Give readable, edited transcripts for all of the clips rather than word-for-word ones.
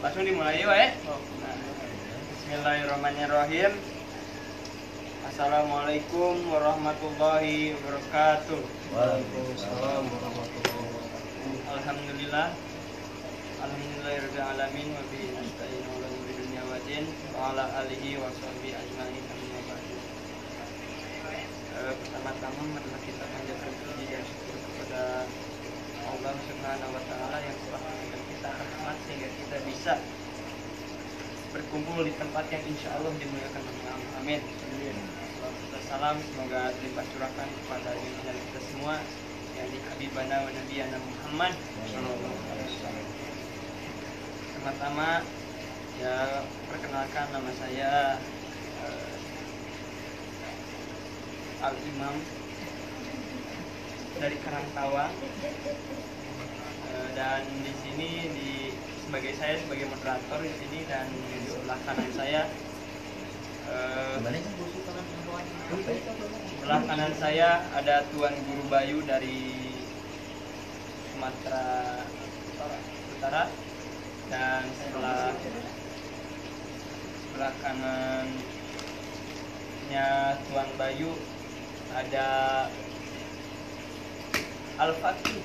Langsung dimulai yuk Bismillahirrahmanirrahim. Assalamualaikum warahmatullahi wabarakatuh. Waalaikumsalam warahmatullahi wabarakatuh. Alhamdulillah. Alhamdulillahirabbil alamin wa bihi nasta'in ala umuri dunya waddin wa ala alihi wa sahbihi ajmain. Amma ba'du. Pertama-tama marilah kita panjatkan puji dan syukur kepada Allah Subhanahu wa taala yang telah memberikan kita rahmat sehingga kita bisa berkumpul di tempat yang insya Allah dimuliakan oleh Allah. Amin. Salam semoga dilimpah curahkan kepada junjungan kita semua yang di Habibana wa Nabiyana Muhammad sallallahu alaihi wasallam. Pertama ya perkenalkan, nama saya Al-Imam dari Karangtawang, dan di sini saya sebagai moderator di sini, dan di sebelah kanan saya sebelah kanan saya ada Tuan Guru Bayu dari Sumatera Utara, dan sebelah kanannya Tuan Bayu ada Al-Fatih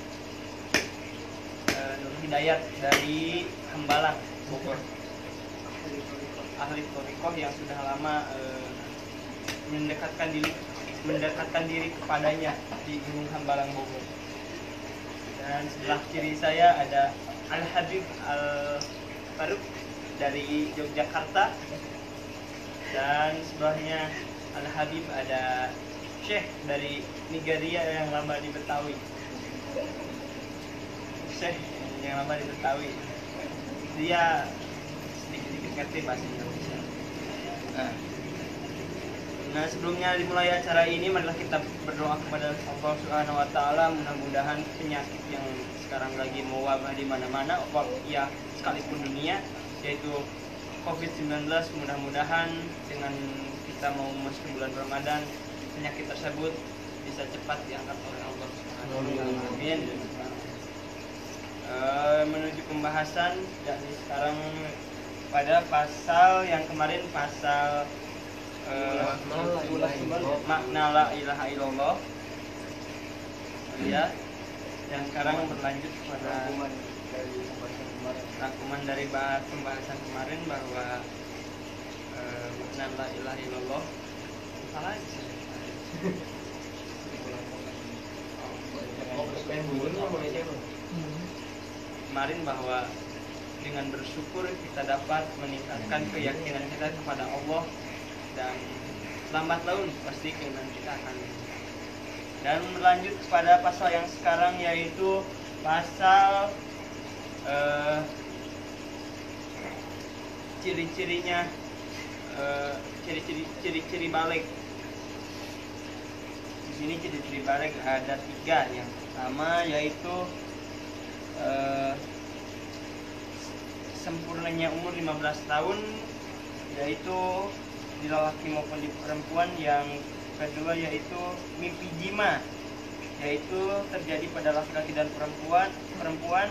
Nur Hidayat dari Hambalang, Bogor, ahli thariqah yang sudah lama mendekatkan diri kepadanya di Gunung Hambalang, Bogor. Dan sebelah kiri saya ada Al-Habib Al-Faruq dari Yogyakarta, dan sebelahnya Al-Habib ada Syekh dari Nigeria yang lama di Betawi. Syekh yang lama di Betawi, dia sedikit-sedikit ngerti bahasa Indonesia. Nah, sebelumnya dimulai acara ini, marilah kita berdoa kepada Allah Subhanahu wa taala, mudah-mudahan penyakit yang sekarang lagi mewabah di mana-mana, ya sekalipun dunia, yaitu COVID-19, mudah-mudahan dengan kita mau masuk bulan Ramadan, penyakit tersebut bisa cepat diangkat oleh Allah Subhanahu wa taala. Amin. Menuju pembahasan, yakni sekarang pada pasal yang kemarin, pasal makna la ilaha illallah, ya, yang sekarang berlanjut pada rangkuman dari pembahasan kemarin bahwa makna la ilaha illallah salah kemarin, bahwa dengan bersyukur kita dapat meningkatkan keyakinan kita kepada Allah, dan lambat laun pasti keimanan kita akan. Dan berlanjut kepada pasal yang sekarang, yaitu pasal ciri-cirinya, ciri-ciri balik. Di sini ciri-ciri balik ada 3. Yang pertama yaitu sempurnanya umur 15 tahun, yaitu di lelaki maupun di perempuan. Yang kedua yaitu mimpi jima, yaitu terjadi pada laki-laki dan perempuan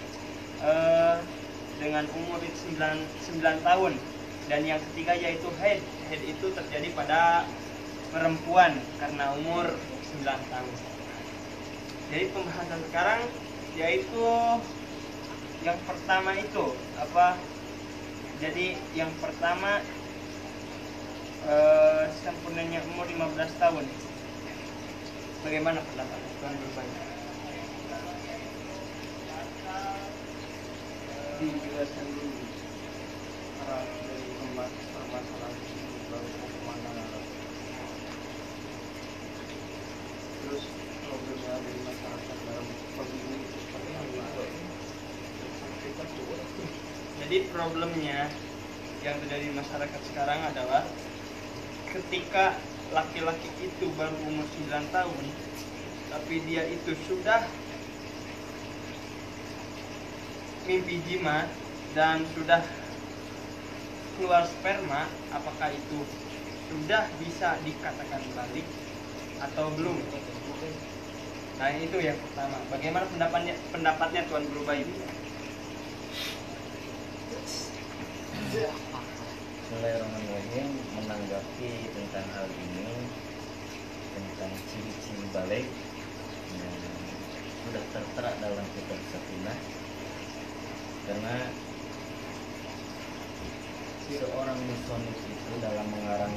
dengan umur 9 tahun. Dan yang ketiga yaitu haid itu terjadi pada perempuan karena umur 9 tahun. Jadi pembahasan sekarang yaitu yang pertama itu apa? Jadi yang pertama sempurnanya umur 15 tahun. Bagaimana pendapat Tuan Berbagi? Dijelaskan dulu arah dari permasalahan baru kemana, terus problemnya dari masyarakat dalam pemilu seperti apa. Jadi problemnya yang terjadi di masyarakat sekarang adalah ketika laki-laki itu baru umur 9 tahun, tapi dia itu sudah mimpi jima dan sudah keluar sperma, apakah itu sudah bisa dikatakan balik atau belum? Nah, itu yang pertama. Bagaimana pendapatnya Tuan Guru Bayu? menanggapi tentang hal ini, tentang ciri-ciri balik yang sudah tertera dalam kitab Sakinah, karena seorang musonif itu dalam mengarang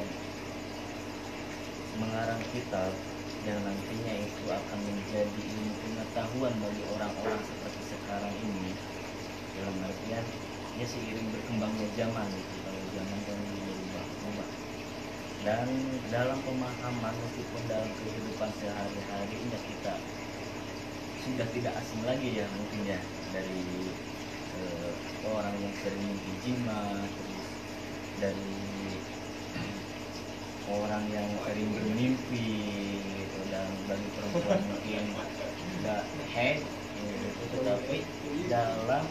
kitab yang nantinya itu akan menjadi ilmu pengetahuan bagi orang-orang seperti sekarang ini, dalam artian ya seiring berkembangnya zaman gitu. Kalau zaman kan berubah-ubah, dan dalam pemahaman meskipun dalam kehidupan sehari-hari ini kita sudah tidak asing lagi ya mungkin ya, dari orang yang sering mimpi jima, terus dari orang yang sering bermimpi gitu, dan bagi perempuan mungkin tidak head gitu, tetapi dalam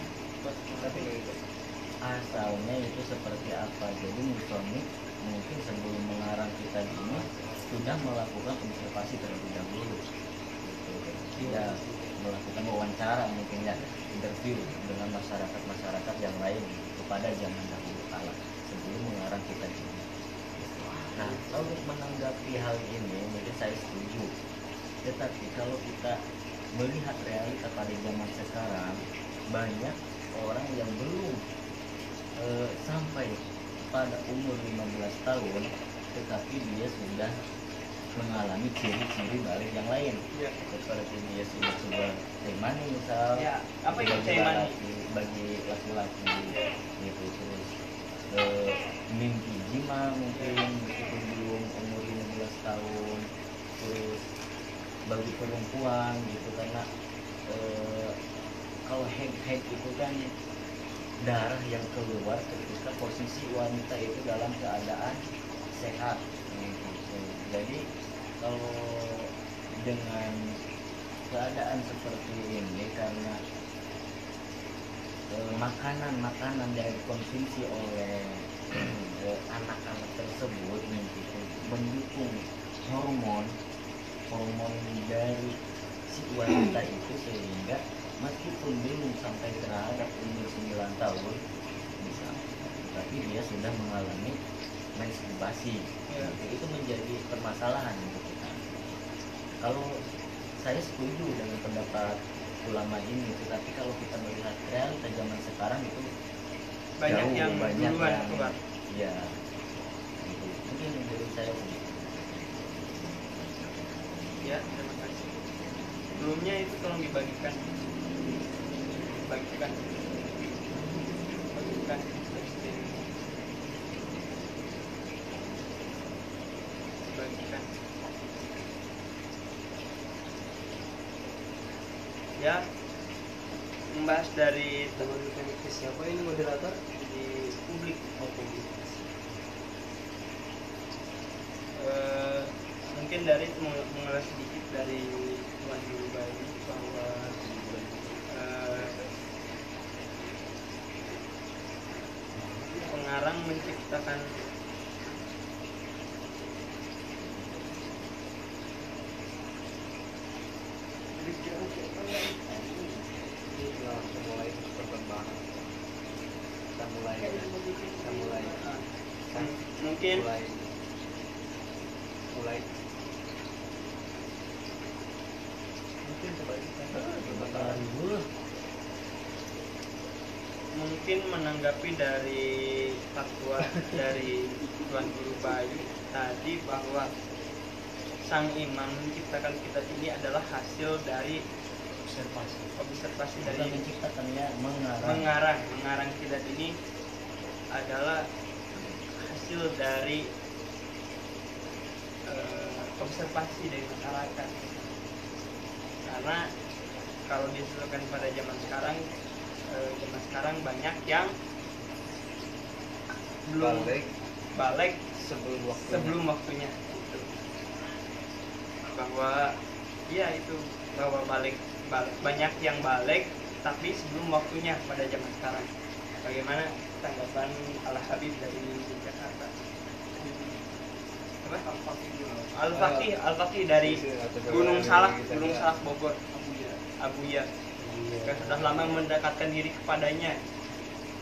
asalnya itu seperti apa. Jadi musonif mungkin sebelum mengarang kitab ini sudah melakukan observasi terlebih dahulu gitu. Ya, melakukan wawancara mungkin ya, interview dengan masyarakat yang lain kepada zaman dahulu kala sebelum mengarang kitab ini. Nah, untuk menanggapi hal ini mungkin saya setuju, tetapi kalau kita melihat realita pada zaman sekarang, banyak orang yang belum sampai pada umur 15 tahun tetapi dia sudah mengalami ciri-ciri balik yang lain ya. Seperti dia sudah sebuah temani misal ya, apa itu temani bagi laki-laki ya. Gitu, terus mimpi jima mungkin meskipun belum umur 15 tahun, terus bagi perempuan gitu, karena kalau head itu kan darah yang keluar ketika posisi wanita itu dalam keadaan sehat gitu. Jadi kalau dengan keadaan seperti ini, karena makanan yang dikonsumsi oleh anak-anak tersebut gitu, mendukung hormon dari si wanita itu, sehingga meskipun belum sampai terhadap umur 9 tahun misalnya, tapi dia sudah mengalami menstruasi ya. Itu menjadi permasalahan untuk kita. Kalau saya setuju dengan pendapat ulama ini, tetapi kalau kita melihat realita zaman sekarang itu banyak yang duluan keluar. Ya, itu mungkin menurut saya setuju. Ya, terima kasih. Sebelumnya itu tolong dibagikan ya, membahas dari teman siapa ini moderator di publik. Mungkin dari mengulas sedikit dari Tuan Guru Bayu bahwa pengarang menciptakan mungkin menanggapi dari fatwa dari Tuan Guru Bayu tadi, bahwa sang imam menciptakan kitab ini adalah hasil dari observasi dari menciptakannya, mengarang kitab ini adalah hasil dari observasi dari masyarakat. Karena kalau disesuaikan pada zaman sekarang banyak yang belum balik sebelum waktunya gitu. Bahwa ya itu, bahwa banyak yang balik tapi sebelum waktunya pada zaman sekarang. Bagaimana tanggapan Al Habib dari Jakarta? Al-Faqih dari Gunung Salak Bogor, Abuya. Yang sudah lama mendekatkan diri kepadanya.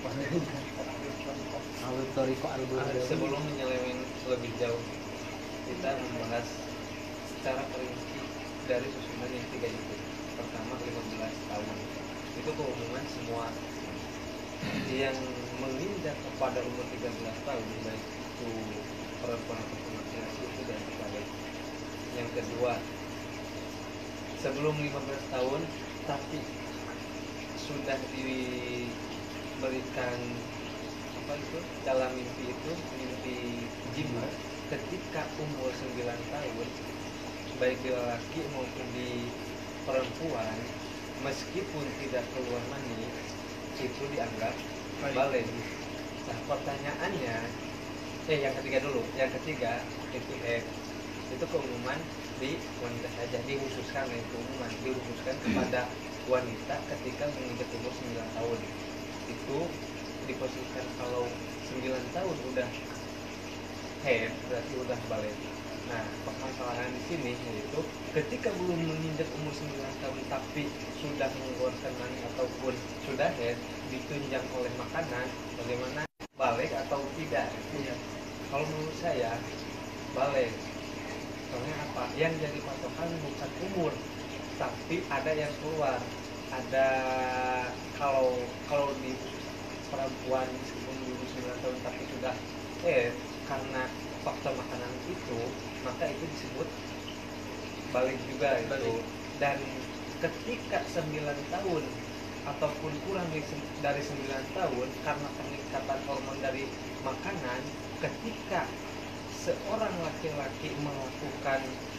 Alur Toriko Al-Baghdadi. Sebelum menyeleweng lebih jauh, kita membahas secara perinci dari susunan yang tiga itu. Pertama 15 tahun. Itu keumuman semua yang menginjak kepada umur 13 tahun, baik itu perempuan atau laki-laki, itu dan terbalik. Yang kedua, sebelum 15 tahun tapi sudah diberikan apa itu dalam mimpi itu, mimpi jima, ketika umur 9 tahun baik di lelaki maupun di perempuan, meskipun tidak keluar mani, itu dianggap balik. Nah pertanyaannya, yang ketiga dulu, yang ketiga itu itu keumuman di wanita saja, dikhususkan keumuman dikhususkan kepada wanita ketika menginjak umur 9 tahun. Itu diposisikan kalau 9 tahun udah head, berarti udah balik. Nah permasalahan di sini yaitu ketika belum menginjak umur 9 tahun tapi sudah mengeluarkan mani ataupun sudah head, ditunjang oleh makanan, bagaimana balik atau tidak? Iya. Kalau menurut saya balik. Soalnya apa? Yang jadi patokan bukan umur, tapi ada yang keluar. Ada kalau di perempuan meskipun dulu 9 tahun tapi sudah karena faktor makanan itu, maka itu disebut balik juga itu. Balik. Dan ketika 9 tahun ataupun kurang dari 9 tahun karena peningkatan hormon dari makanan, ketika seorang laki-laki melakukan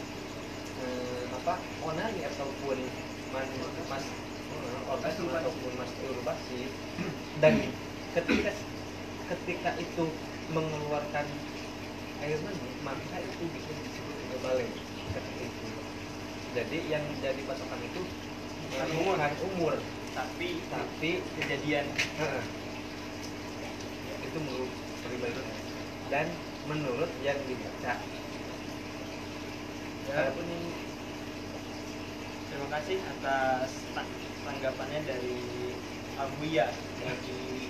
onani ataupun orgasme ataupun masturbasi, dan ketika itu mengeluarkan air mani, maka itu bisa disebut juga balik ketika itu. Jadi yang jadi patokan itu bukan umur, tapi kejadian. Itu menurut pribadi dan menurut yang dibaca. Ya, terima kasih atas tanggapannya dari Abuya dari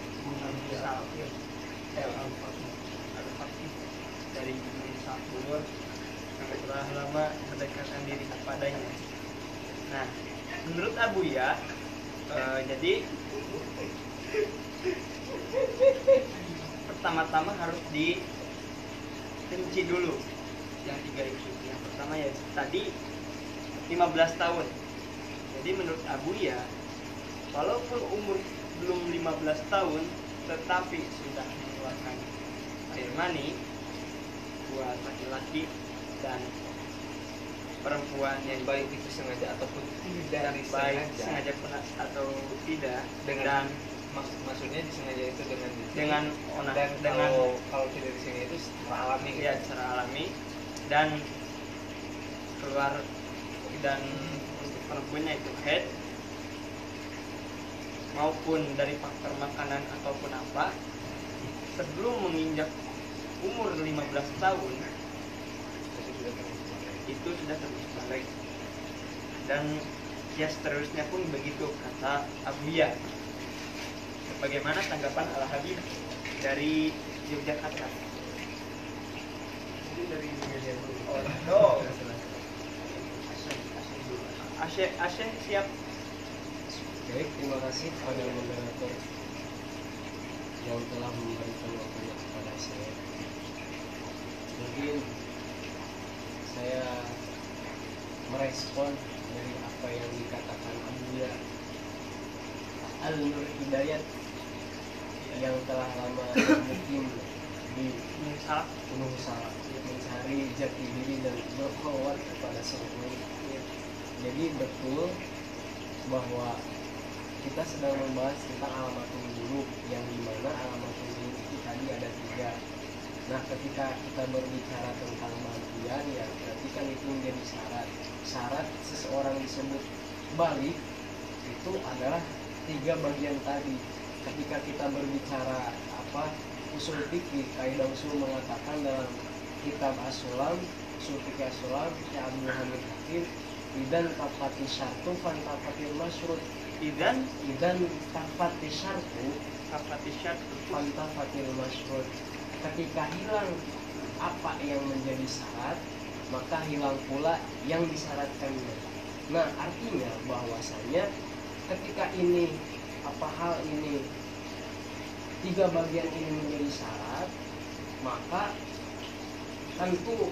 dari Gunung Salpur yang telah lama mendekatkan diri kepadanya. Nah, menurut Abuya, jadi pertama-tama harus dirinci dulu yang tiga itu. Yang pertama ya tadi 15 tahun. Jadi menurut Abuya, walaupun umur belum 15 tahun tetapi sudah mengeluarkan air mani buat laki-laki dan perempuan yang baik itu sengaja ataupun tidak baik sengaja pun atau tidak, dengan maksudnya disengaja itu dengan onah, dan dengan kalau tidak di sini itu secara alami ya secara alami dan keluar dan untuk perempuannya itu head maupun dari faktor makanan ataupun apa, sebelum menginjak umur 15 tahun itu sudah terus balik. Dan ya seterusnya pun begitu kata Abuya. Bagaimana tanggapan Al-Habib dari Yogyakarta? Mungkin dari media dulu. Oh, Asy siap. Baik, terima kasih kepada moderator yang telah memberikan waktunya kepada saya. Mungkin saya merespon dari apa yang dikatakan Abuya Al-Nur Hidayat yang telah lama mungkin di Gunung Salak mencari jati diri dan berkhawat kepada Sang Pencipta. Jadi betul bahwa kita sedang membahas tentang alamatul dzunub, yang dimana alamatul dzunub itu tadi ada 3. Nah ketika kita berbicara tentang bagian, ya berarti kan itu menjadi syarat seseorang disebut balik itu adalah 3 bagian tadi. Ketika kita berbicara usul fikih, kaidah usul mengatakan dalam kitab As-Sulam, usul fikih As-Sulam, Syekh Abdul Hamid Hakim, dan tapati syartu fan tapatil masyrut. idan tafati syartu Kafatishat fantafatil masyrut. Ketika hilang apa yang menjadi syarat, maka hilang pula yang disyaratkannya. Nah, artinya bahwasanya ketika ini hal ini, tiga bagian ini menjadi syarat, maka tentu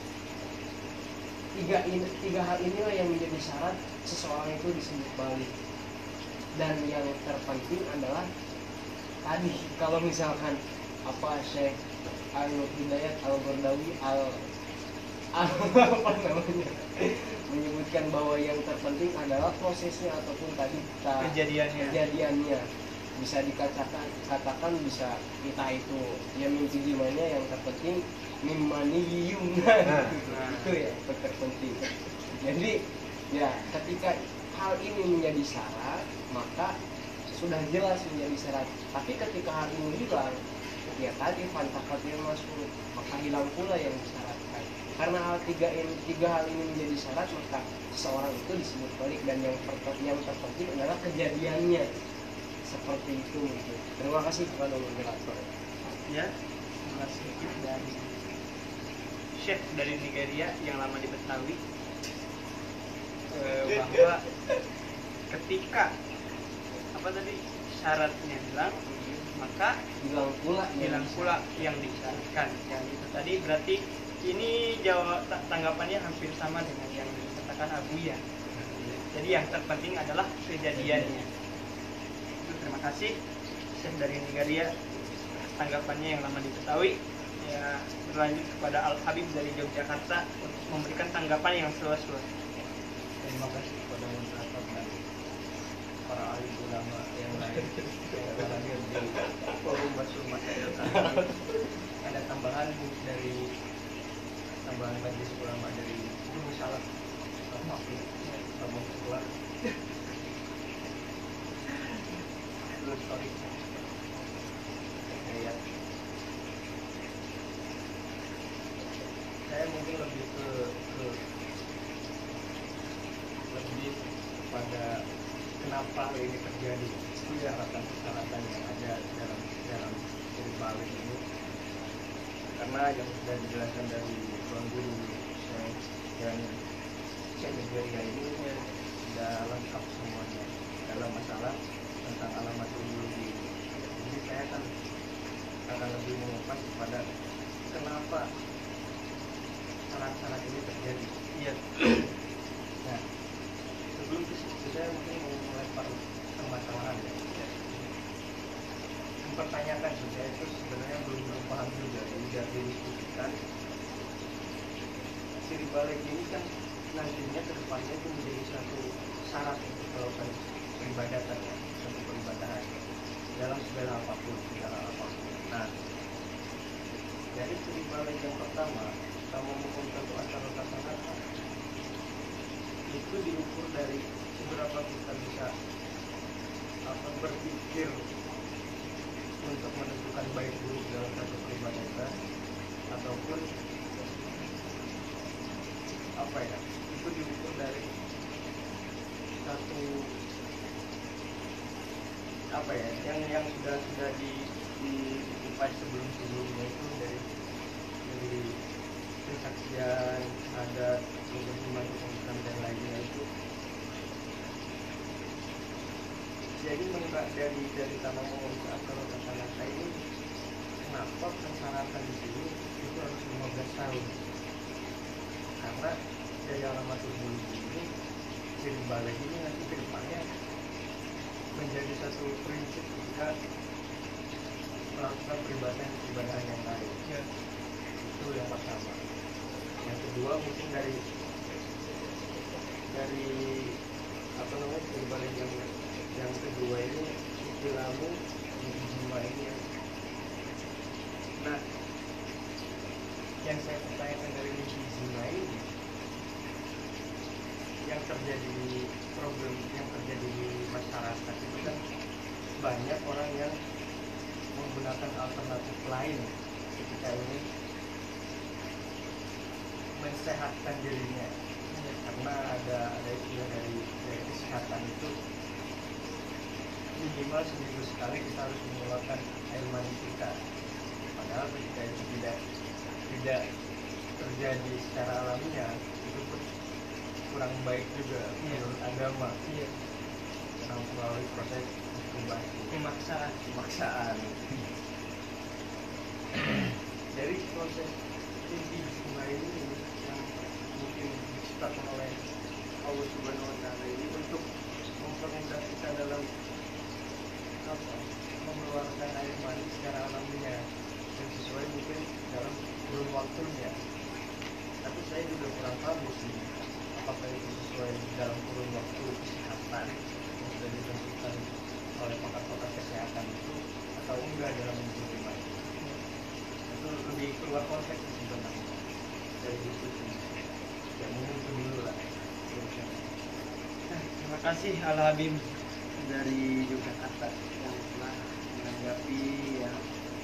tiga hal inilah yang menjadi syarat seseorang itu disebut balik. Dan yang terpenting adalah tadi, kalau misalkan Syekh Al-Hidayat Al-Qaradawi apa namanya menyebutkan bahwa yang terpenting adalah prosesnya ataupun tadi kejadiannya. Bisa dikatakan bisa entah itu ya mimpi gimana, yang terpenting mimmaniyum itu ya terpenting. Jadi ya ketika hal ini menjadi syarat, maka sudah jelas menjadi syarat. Tapi ketika hal ini hilang, ya tadi fantakatil masuk, maka hilang pula yang disyaratkan. Karena tiga hal ini menjadi syarat, maka seseorang itu disebut balik. Dan yang terpenting adalah kejadiannya. Seperti itu mungkin. Terima kasih kepada moderator. Ya, terima kasih dari Syekh dari Nigeria yang lama di Betawi, bahwa ketika syaratnya hilang, maka hilang pula yang disyaratkan. Yang itu tadi berarti ini tanggapannya hampir sama dengan yang dikatakan Abuya. Jadi yang terpenting adalah kejadiannya. Itu, terima kasih Syekh dari Nigeria tanggapannya yang lama diketahui. Ya, berlanjut kepada Al Habib dari Yogyakarta untuk memberikan tanggapan yang seluas-luas. Terima kasih kepada moderator dan para alim ulama yang lain yang hadir di forum Basul Masail kali ini. Ada tambahan majelis ulama dari Gunung Salak, keluar story saya mungkin lebih pada kenapa hal ini terjadi, persyaratan yang ada dalam studi balik ini, karena yang sudah dijelaskan dari Tuan Guru dan Syekh Nigeria ini sudah lengkap semuanya dalam masalah tentang alamat ideologi. Jadi saya akan lebih mengupas kepada kenapa syarat-syarat ini terjadi. Iya. Nah, sebelum itu saya mungkin mau melempar permasalahan ya. Mempertanyakan saya itu sebenarnya belum paham juga, jadi sudah didiskusikan. Siri balik ini kan nantinya ke depannya itu menjadi satu syarat untuk melakukan peribadatan, satu peribadahan dalam segala apapun. Nah, dari siri balik yang pertama, kamu mengukur satu asal sangat itu diukur dari seberapa kita bisa berpikir untuk menentukan baik buruk dalam satu peribadatan, ataupun itu diukur dari satu yang sudah dikupas sebelumnya itu dari kesaksian, adat, iman, dan lainnya itu. Jadi menurut dari tanah mengusaha kalau kata ini, kenapa persyaratan di sini itu harus 15 tahun? Karena dari alamat tubuh ini, siri balik ini nanti ke depannya menjadi satu prinsip ketika melakukan peribadahan yang lain. Ya. Itu yang pertama. Yang kedua mungkin dari balik yang kedua ini istilamu ijma ini ya. Nah, yang saya pertanyakan dari ijma ini, yang terjadi problem yang terjadi di masyarakat itu kan banyak orang yang menggunakan alternatif lain ketika ini mensehatkan dirinya, karena ada istilah dari kesehatan itu minimal seminggu sekali kita harus mengeluarkan air mani kita. Padahal ketika itu tidak terjadi secara alamiah, itu pun kurang baik juga menurut agama. Iya. Karena melalui proses pemaksaan. Dari proses inti bunga ini yang mungkin diciptakan oleh Allah Subhanahu Wa Taala ini untuk mempermudah kita dalam mengeluarkan air mani secara alamiah dan sesuai mungkin dalam kurun waktunya. Tapi saya juga kurang paham sih apakah itu sesuai dalam kurun waktu kesehatan yang sudah ditentukan oleh pakar-pakar kesehatan itu atau enggak dalam menerima itu lebih keluar konteks sebenarnya dari itu sih. Ya mungkin itu dulu lah. Terima kasih Al Habib dari Yogyakarta yang telah menanggapi ya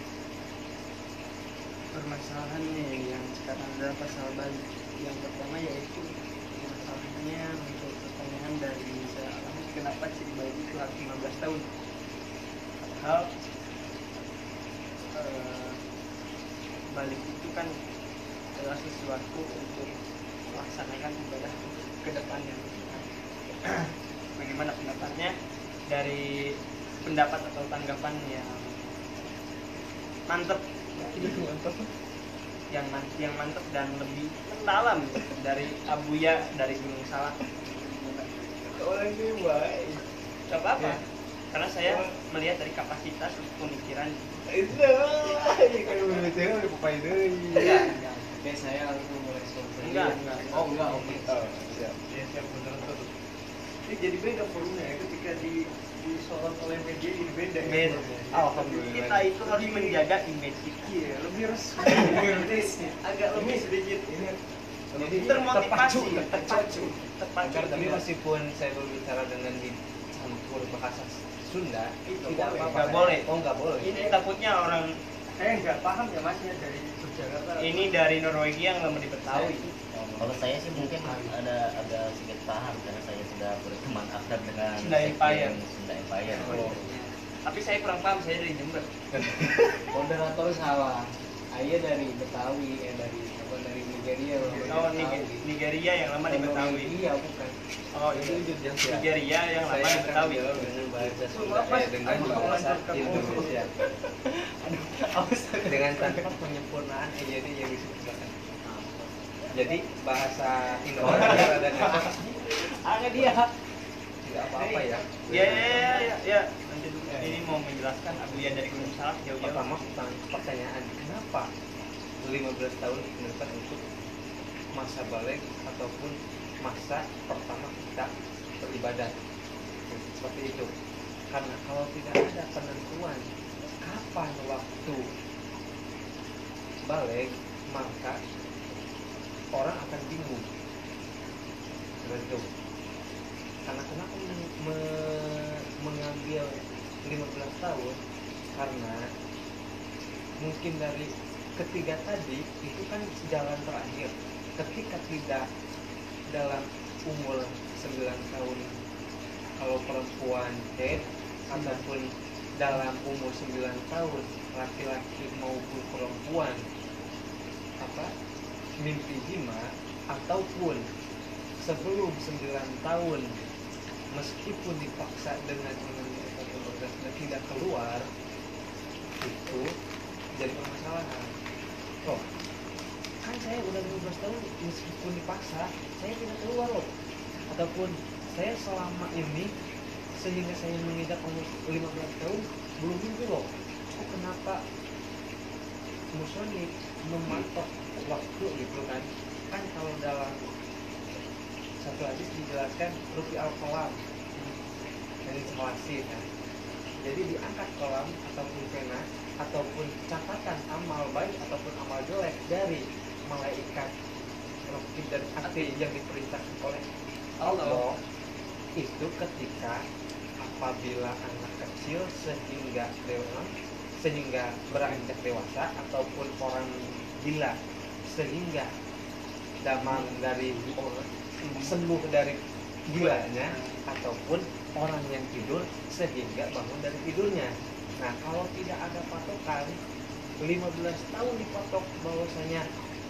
permasalahannya yang sekarang adalah pasal balik. Yang pertama yaitu masalahnya untuk pertanyaan dari saya alami, kenapa ciri balik itu harus 15 tahun, padahal balik itu kan adalah sesuatu untuk melaksanakan ibadah ke depannya. Bagaimana pendapatnya dari pendapat atau tanggapan yang mantep, yang mantep dan lebih mendalam dari Abuya dari Gunung Salak? Orang ini baik. Gak apa-apa, karena saya melihat dari kapasitas pemikiran. Itu kan betul udah papai deui. Enggak. Oke, saya langsung merespon. Enggak. Oh, enggak, oke. Siap. Ya, siap benar tuh. Ini jadi beda forumnya ya ketika disorot oleh media jadi beda. Beda. Alhamdulillah. Kita itu harus menjaga image kita. Iya, lebih resmi. Agak lebih sedikit ini Jadi termotivasi, terpacu. Tapi meskipun saya berbicara dengan dicampur bahasa Sunda, Itu tidak boleh. apa-apa. Nggak boleh. Oh, nggak boleh. Ini takutnya orang Saya nggak paham ya masnya dari Yogyakarta. ini dari Norwegia yang lama di Betawi. Kalau saya sih mungkin ada agak sedikit paham karena saya sudah berteman akrab dengan Sunda Empire. Sunda Empire. Oh. Tapi saya kurang paham, saya dari Jember. Moderator salah. Ayah dari Betawi, dari Nigeria. Oh, Nigeria yang lama di Betawi. Iya, bukan. Oh, itu Nigeria yang lama di Betawi. Dengan bahasa Sunda dengan bahasa Indonesia. Dengan tanpa penyempurnaan jadi yang disebutkan. Jadi bahasa Indonesia dan Ada dia. tidak apa-apa ya. Ya. Lanjut dulu. Ini mau menjelaskan Abuya dari Gunung Salak jauh-jauh. Pertama pertanyaan, kenapa 15 tahun digunakan untuk masa balik ataupun masa pertama kita beribadah seperti itu? Karena kalau tidak ada penentuan kapan waktu balik, maka orang akan bingung. Seperti itu. Karena kenapa mengambil 15 tahun? Karena mungkin dari ketiga tadi itu kan jalan terakhir. Ketika tidak dalam umur 9 tahun kalau perempuan head ataupun dalam umur 9 tahun laki-laki maupun perempuan mimpi jima, ataupun sebelum 9 tahun meskipun dipaksa dengan mengambil satu organ dan tidak keluar, itu jadi permasalahan. Oh, kan saya udah 15 tahun meskipun dipaksa saya tidak keluar loh, ataupun saya selama ini sehingga saya mengidap umur 15 tahun belum mimpi loh. Kok kenapa musonib mematok waktu gitu kan? Kan kalau dalam satu hadis dijelaskan rufi al-qalam dari selasi kan. Jadi diangkat kolam ataupun pena ataupun catatan amal baik ataupun amal jelek dari malaikat raqib dan atid yang diperintahkan oleh Allah itu ketika apabila anak kecil sehingga beranjak dewasa ataupun orang gila sehingga damang dari orang sembuh dari gilanya ataupun orang yang tidur sehingga bangun dari tidurnya. Nah, kalau tidak ada patokan 15 tahun dipatok bahwasanya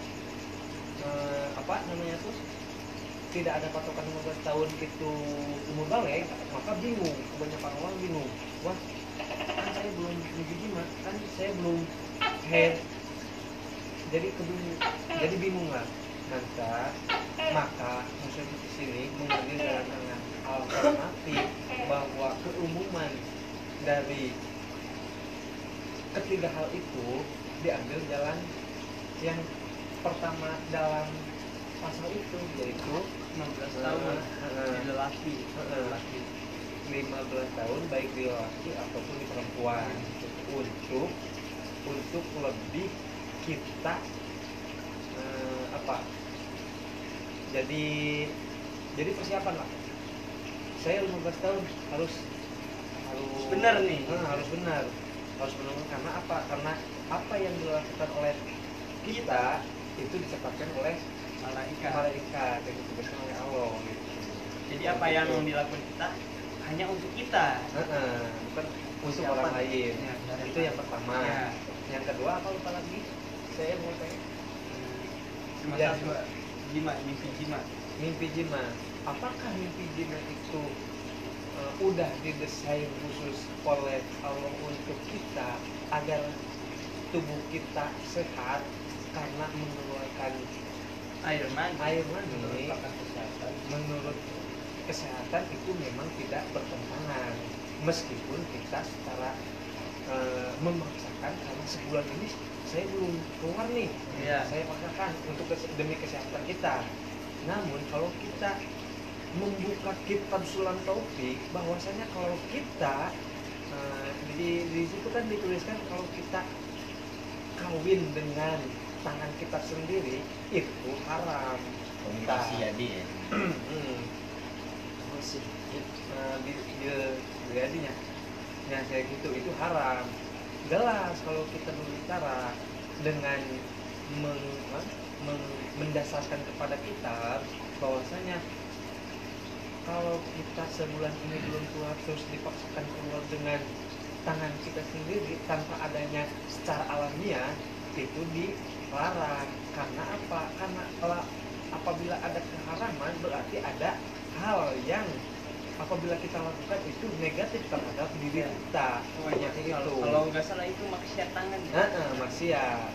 apa namanya tuh, tidak ada patokan 15 tahun itu umur balik, maka bingung, kebanyakan orang bingung. Wah, kan saya belum jima, kan saya belum head, jadi bingung lah. Maka musuh di sini mengambil jalan alternatif bahwa keumuman dari ketiga hal itu diambil jalan yang pertama dalam pasal itu, yaitu 15 tahun di lelaki 15 tahun baik di lelaki ataupun di perempuan, untuk lebih kita jadi persiapan lah. Saya 15 tahun harus benar nih, harus benar karena apa? Karena apa yang dilakukan oleh kita itu dicatatkan oleh malaikat yang ditugaskan oleh Allah gitu. Jadi apa yang dilakukan kita hanya untuk kita, bukan untuk orang lain. Ya, itu yang pertama. Ya. Yang kedua apa lupa lagi? Saya mau tanya. Masalah dua, mimpi jima. Apakah mimpi jima itu udah didesain khusus oleh Allah untuk kita agar tubuh kita sehat karena mengeluarkan air mani? Menurut kesehatan itu memang tidak bertentangan, meskipun kita secara memaksakan karena sebulan ini saya belum keluar nih, saya paksakan untuk demi kesehatan kita. Namun kalau kita membuka kitab Sulam Taufik, bahwasanya kalau kita di situ kan dituliskan kalau kita kawin dengan tangan kita sendiri itu haram. Komunikasi jadi ya. Masih jadinya. Nah kayak gitu itu haram. Jelas kalau kita berbicara dengan mendasarkan kepada kitab bahwasanya kalau kita sebulan ini belum keluar terus dipaksakan keluar dengan tangan kita sendiri tanpa adanya secara alamiah, itu dilarang. Karena apa? Karena apabila ada keharaman berarti ada hal yang apabila kita lakukan itu negatif terhadap diri kita. Kalau nggak salah itu maksiat tangan. Maksiat.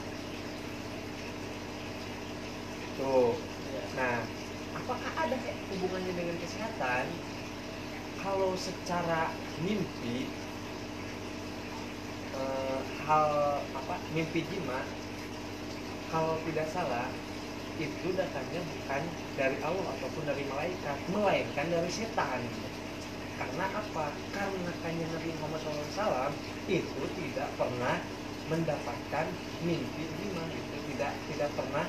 Tuh. Nah, apakah ada hubungannya dengan kesehatan? Kalau secara mimpi, mimpi jima, kalau tidak salah itu datangnya bukan dari Allah ataupun dari malaikat, melainkan dari setan. Karena apa? Karena kanjeng Nabi Muhammad SAW itu tidak pernah mendapatkan mimpi jima, itu tidak pernah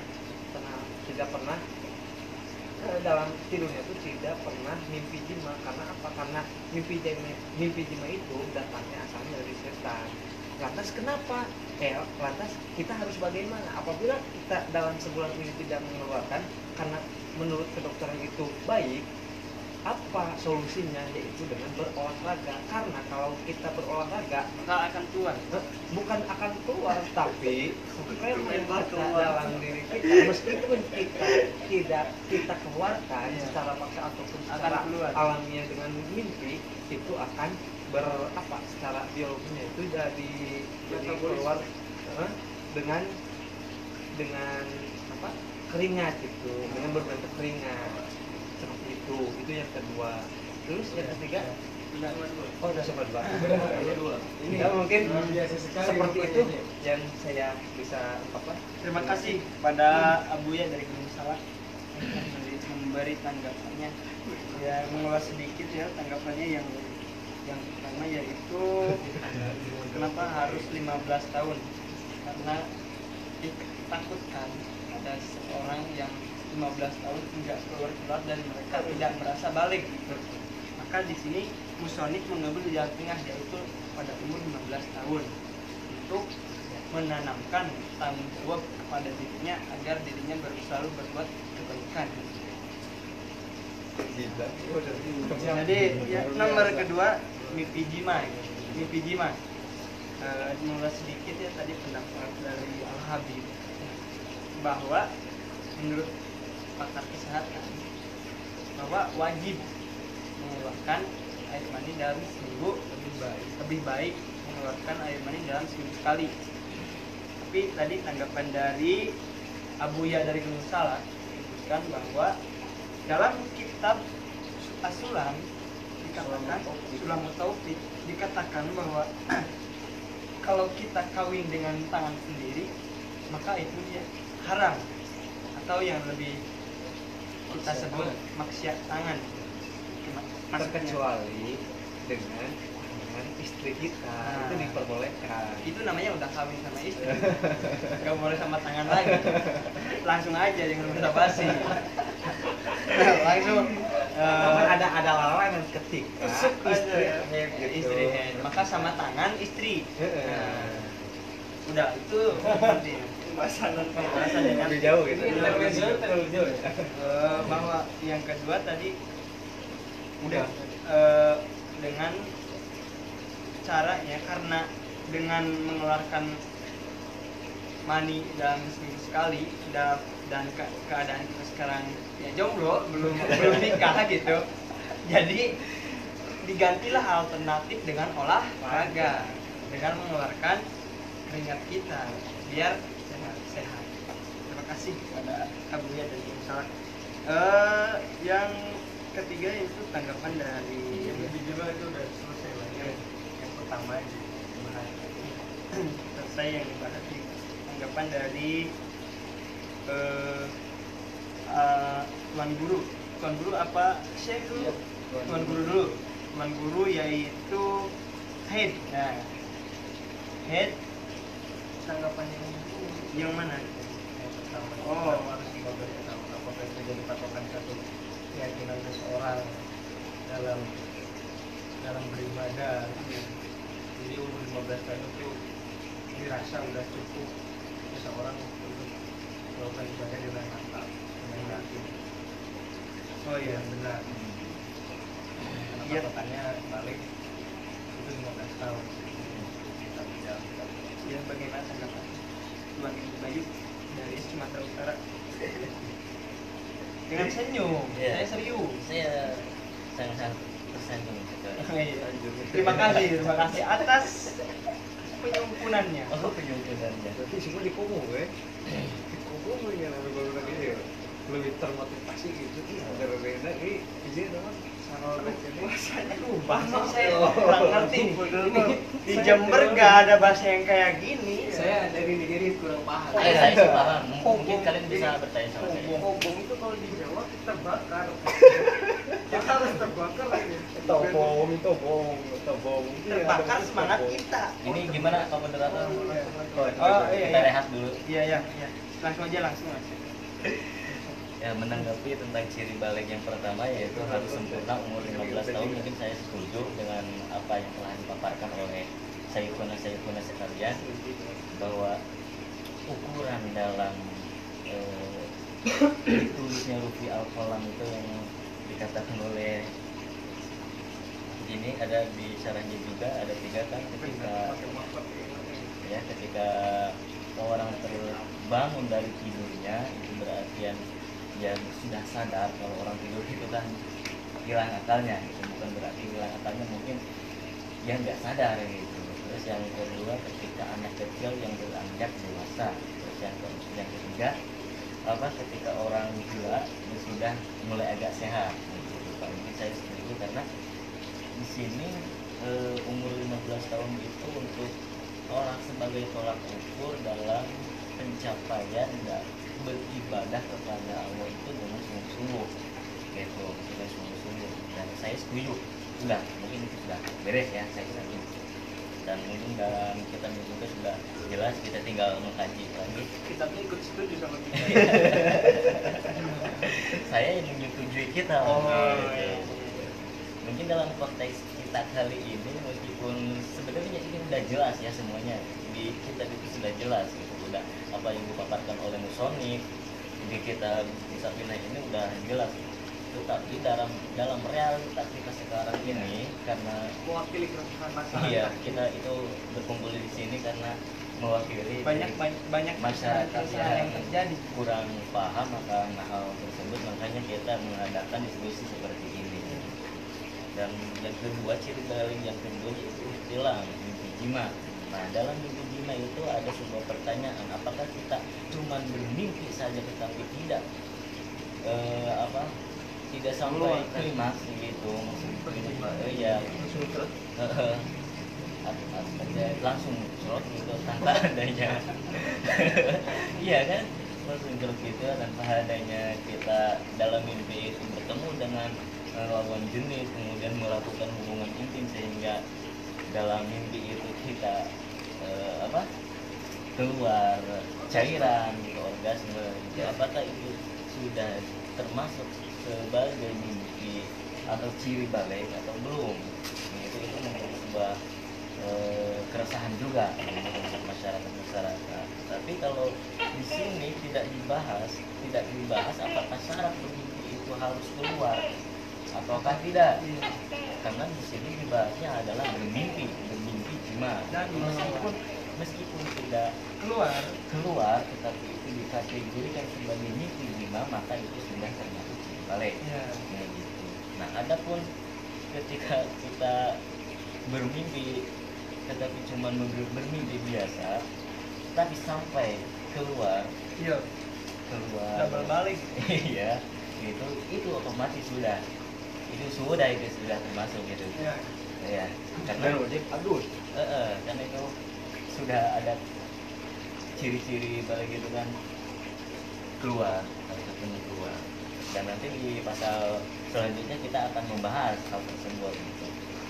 dalam tidurnya itu tidak pernah mimpi jima. Karena apa? Karena mimpi jima itu datangnya asalnya dari setan. Lantas kenapa? Lantas kita harus bagaimana? Apabila kita dalam sebulan ini tidak mengeluarkan, karena menurut kedokteran itu baik, apa solusinya? Yaitu dengan berolahraga. Karena kalau kita berolahraga maka akan keluar. Bukan akan keluar, tapi dalam diri kita, meskipun kita tidak kita keluarkan secara paksa ataupun secara alamiah dengan mimpi, itu akan secara biologinya itu jadi keluar dengan keringat itu, dengan berbentuk keringat seperti itu yang kedua. Terus yang ketiga, udah sempat dua. Ini mungkin seperti itu yang saya bisa Terima kasih pada Abuya dari Gunung Salak yang memberi tanggapannya. Ya, mengulas sedikit ya tanggapannya yang pertama yaitu kenapa harus 15 tahun, karena ditakutkan ada seorang yang 15 tahun tidak keluar dan mereka tidak merasa balik. Maka di sini musonif mengambil jalan tengah, yaitu pada umur 15 tahun untuk menanamkan tanggung jawab kepada dirinya agar dirinya selalu berbuat kebaikan. Jadi ya, nomor kedua mimpi jima. Mimpi jima. Mulai sedikit ya tadi pendapat dari Al Habib bahwa menurut pakar kesehatan bahwa wajib mengeluarkan air mani dalam seminggu, lebih baik mengeluarkan air mani dalam seminggu sekali. Tapi tadi tanggapan dari Abuya dari Gunung Salak menyebutkan bahwa dalam kitab As-Sulam dikatakan Sulam Taufik dikatakan bahwa kalau kita kawin dengan tangan sendiri maka itu dia haram, atau yang lebih kita sebut maksiat tangan. Terkecuali dengan istri kita, itu diperbolehkan. Itu namanya udah kawin sama istri, gak boleh sama tangan lagi, langsung aja jangan basa-basi. Langsung ada larangan ketika istri head, maka sama tangan istri. Udah itu penting. Pembahasan dengan lebih jauh gitu. Terlalu jauh. Bahwa yang kedua tadi udah dengan caranya, karena dengan mengeluarkan mani dalam seminggu sekali dan keadaan kita sekarang ya jomblo, belum nikah gitu, jadi digantilah alternatif dengan olahraga dengan mengeluarkan keringat kita biar sehat. Terima kasih kepada Abuya dan Tim Salak. Yang ketiga itu tanggapan dari Yang kedua itu udah selesai lah. Yang pertama dibahas. Selesai yang dibahas. Tanggapan dari Tuan Guru apa Syekh dulu? Tuan Guru dulu. Tuan Guru yaitu Head. Nah, Head tanggapannya yang mana? Yang pertama harus diberitahu apakah itu jadi patokan satu keyakinan seseorang dalam beribadah. Jadi umur 15 tahun itu dirasa udah cukup seseorang untuk melakukan ibadah dengan mantap, dengan yakin. Oh iya, benar. Iya. Patokannya balik itu 15 tahun. Ya, bagaimana tanggapan Tuan Bayu dari Sumatera Utara? Dengan senyum, Iya. saya serius. Saya sangat tersanjung sekali. Terima kasih atas penyumpunannya. Oh, penyumpunannya. Berarti semua dikomo ya. Dikomo yang baru lagi ya. Lebih termotivasi gitu. Agar Rena izin dong. Bahasanya lupa sih, saya kurang ngerti. Di Jember gak ada bahasa yang kayak gini. Saya dari negeri kurang paham. Saya sih paham. Mungkin kalian bisa bertanya sama saya. Kobong itu kalau di Jawa terbakar. Kita harus terbakar lagi. Tobong. Terbakar semangat kita. Ini gimana Pak Moderator? Oh Kita iya. rehat dulu. Iya. Langsung aja. Ya, menanggapi tentang ciri balik yang pertama yaitu harus sempurna umur 15 tahun, mungkin saya setuju dengan apa yang telah dipaparkan oleh Sayyiduna sekalian, bahwa ukuran dalam tulisnya Lufi Al-Qalam itu yang dikatakan oleh ini ada di syarahnya juga, ada 3 kan, ketika orang terbangun dari tidurnya itu berarti yang sudah sadar kalau orang tidur itu kan hilang akalnya, itu bukan berarti hilang akalnya, mungkin yang nggak sadar gitu. Terus yang kedua ketika anak kecil yang beranjak dewasa. Terus yang ketiga ketika orang gila itu sudah mulai agak sehat gitu. Mungkin saya setuju karena di sini umur 15 tahun itu untuk orang sebagai tolak ukur dalam pencapaian dan beribadah kepada Allah itu dengan sungguh-sungguh gitu, dengan sungguh-sungguh. Dan saya setuju, sudah mungkin itu sudah beres ya, saya kira gitu. Dan mungkin dalam kitabnya juga sudah jelas, kita tinggal mengkaji lagi. Kitabnya ikut setuju sama kita. Saya yang menyetujui kita. Mungkin dalam konteks kita kali ini, meskipun sebenarnya ini udah jelas ya semuanya di kitab itu sudah jelas gitu, udah apa yang dipaparkan oleh musonif di kitab Kisah Pinah ini udah jelas. tetapi dalam realitas kita sekarang ini karena Mewakili keresahan masyarakat. iya kita itu berkumpul di sini karena mewakili banyak masyarakat keresahan yang terjadi. kurang paham akan hal tersebut, makanya kita mengadakan diskusi seperti ini. Dan yang kedua, ciri dari yang kedua yaitu istilah mimpi jima. Nah, dalam mimpi jima itu ada sebuah pertanyaan, apakah kita cuma bermimpi saja tetapi tidak tidak sampai klimaks gitu maksudnya. Iya. Langsung slot gitu tanpa adanya iya kan, langsung grup gitu tanpa adanya kita dalam mimpi itu bertemu dengan lawan jenis, kemudian melakukan hubungan intim sehingga dalam mimpi itu kita keluar cairan gitu, orgasme gitu. Apakah itu sudah termasuk sebagai mimpi atau ciri balik atau belum? Itu menjadi sebuah keresahan juga untuk masyarakat. Tapi kalau di sini tidak dibahas apakah syarat bermimpi itu harus keluar ataukah tidak. Karena di sini dibahasnya adalah bermimpi jima. Dan meskipun tidak keluar tetapi itu dikategorikan sebagai mimpi jima, maka itu sudah termasuk ciri balik. Gitu. Nah, adapun ketika kita bermimpi tetapi cuma bermimpi biasa tapi sampai keluar double balik. iya, itu otomatis sudah termasuk gitu ya karena karena itu sudah ada ciri-ciri balik gitu kan, keluar. Dan nanti di pasal selanjutnya kita akan membahas hal tersebut gitu.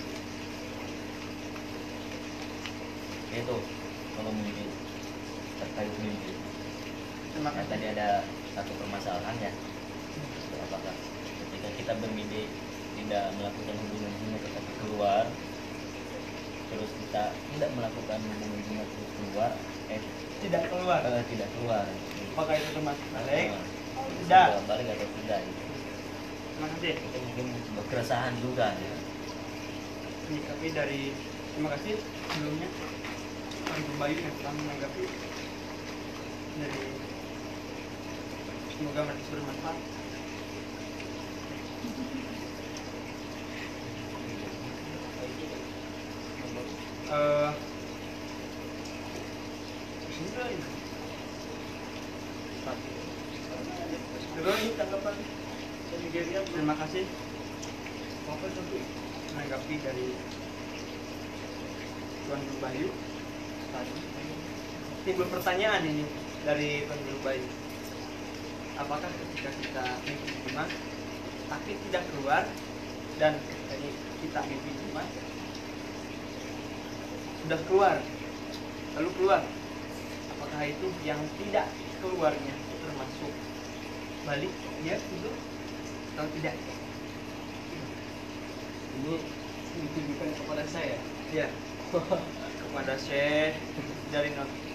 Itu kalau mimpi, terkait mimpi. Tadi ada satu permasalahan ya, apakah ketika kita bermimpi tidak melakukan hubungan zina tetapi keluar, terus kita tidak melakukan hubungan zina terus keluar, Tidak keluar. Apakah itu termasuk balik? Tidak. Balik atau tidak? Gitu. Terima kasih. Itu mungkin sebuah keresahan juga ya. Tapi terima kasih sebelumnya Ibu Bayu yang telah menanggapi dari, semoga bermanfaat. Tanggapan Nigeria. Terima kasih menanggapi dari Tuan Guru Bayu. Timbul pertanyaan ini dari Tuan Guru Bayu, apakah ketika kita mimpi jima tapi tidak keluar, dan ketika kita mimpi jima sudah keluar lalu keluar, apakah itu yang tidak keluarnya termasuk balik ya itu atau tidak? Ini ditujukan kepada saya Ya, kepada Syekh dari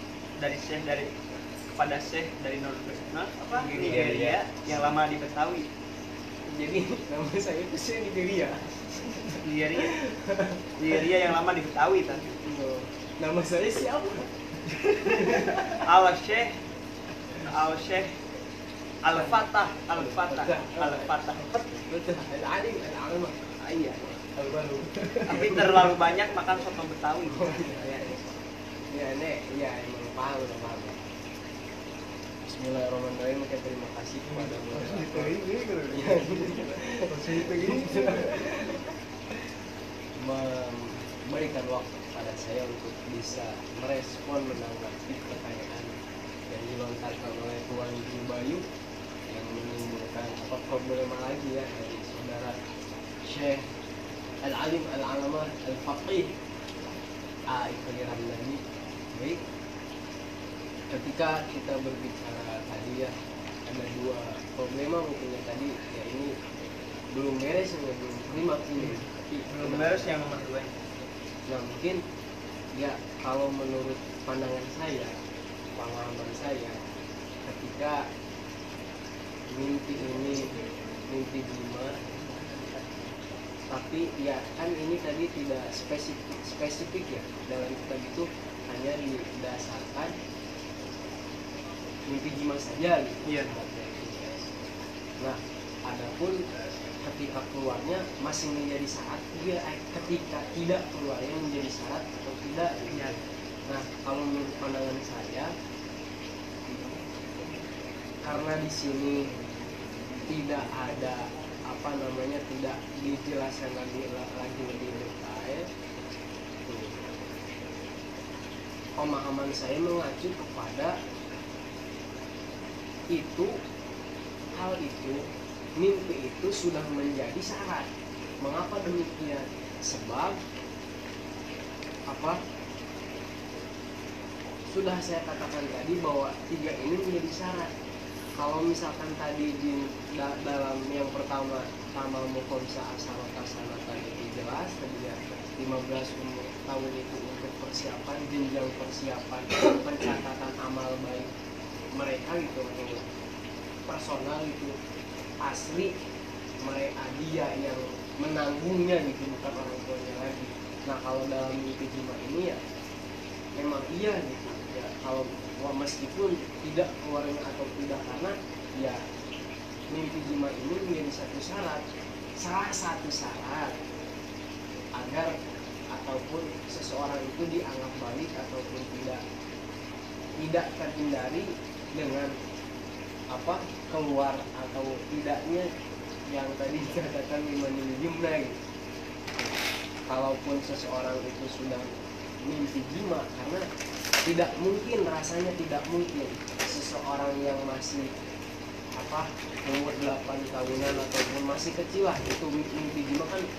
kepada Syekh dari Nigeria yang lama di Betawi. jadi nama saya itu Syekh Nigeria Nigeria yang lama di Betawi tadi. Nama saya siapa? Al-Syekh Al-Fatah. Betul. Al-Alim Al-Alamah. Iya. Al-Baru. Tapi terlalu banyak makan soto Betawi. Iya, emang paham. Bismillahirrahmanirrahim. Terima kasih kepada memberikan waktu kepada saya untuk bisa merespon, menanggapi pertanyaan yang dilontarkan oleh Tuan Guru Bayu yang menimbulkan problema lagi ya dari saudara Syekh Al-Alim Al-Alamah Al-Faqih Ikhwan Ramdhani. Baik, ketika kita berbicara tadi ya ada dua problema mungkin tadi ya, ini belum beres, belum klimaks ini, tapi Belum beres yang nomor 2. nah mungkin ya kalau menurut pandangan saya, pengalaman saya, ketika mimpi ini mimpi jima. Tapi ya kan ini tadi tidak spesifik ya, dalam kitab itu hanya didasarkan mimpi jima saja gitu. Iya. Nah, adapun ketika keluarnya masih menjadi syarat, dia ketika tidak keluarnya menjadi syarat atau tidak. Iya. Nah, kalau menurut pandangan saya, karena di sini tidak ada tidak dijelaskan lagi lebih detail, pemahaman saya mengacu kepada itu, hal itu, mimpi itu sudah menjadi syarat. Mengapa demikian? Sebab sudah saya katakan tadi bahwa 3 ini menjadi syarat. Kalau misalkan tadi dalam yang pertama mukomsa asarota sanatan itu jelas tadi ya, 15 tahun itu untuk persiapan, jenjang persiapan pencatatan amal baik mereka gitu, personal itu asli mereka, dia yang menanggungnya gitu, bukan orang tuanya lagi. Nah, kalau dalam mimpi jima ini ya memang iya gitu ya, kalau meskipun tidak keluarnya atau tidak, karena ya mimpi jima ini menjadi salah satu syarat agar ataupun seseorang itu dianggap baik ataupun tidak terhindari dengan keluar atau tidaknya yang tadi dikatakan mimani jumlah gitu. Kalaupun seseorang itu sudah mimpi jima, karena tidak mungkin, rasanya tidak mungkin seseorang yang masih umur 8 tahunan ataupun masih kecil lah itu mimpi jima kan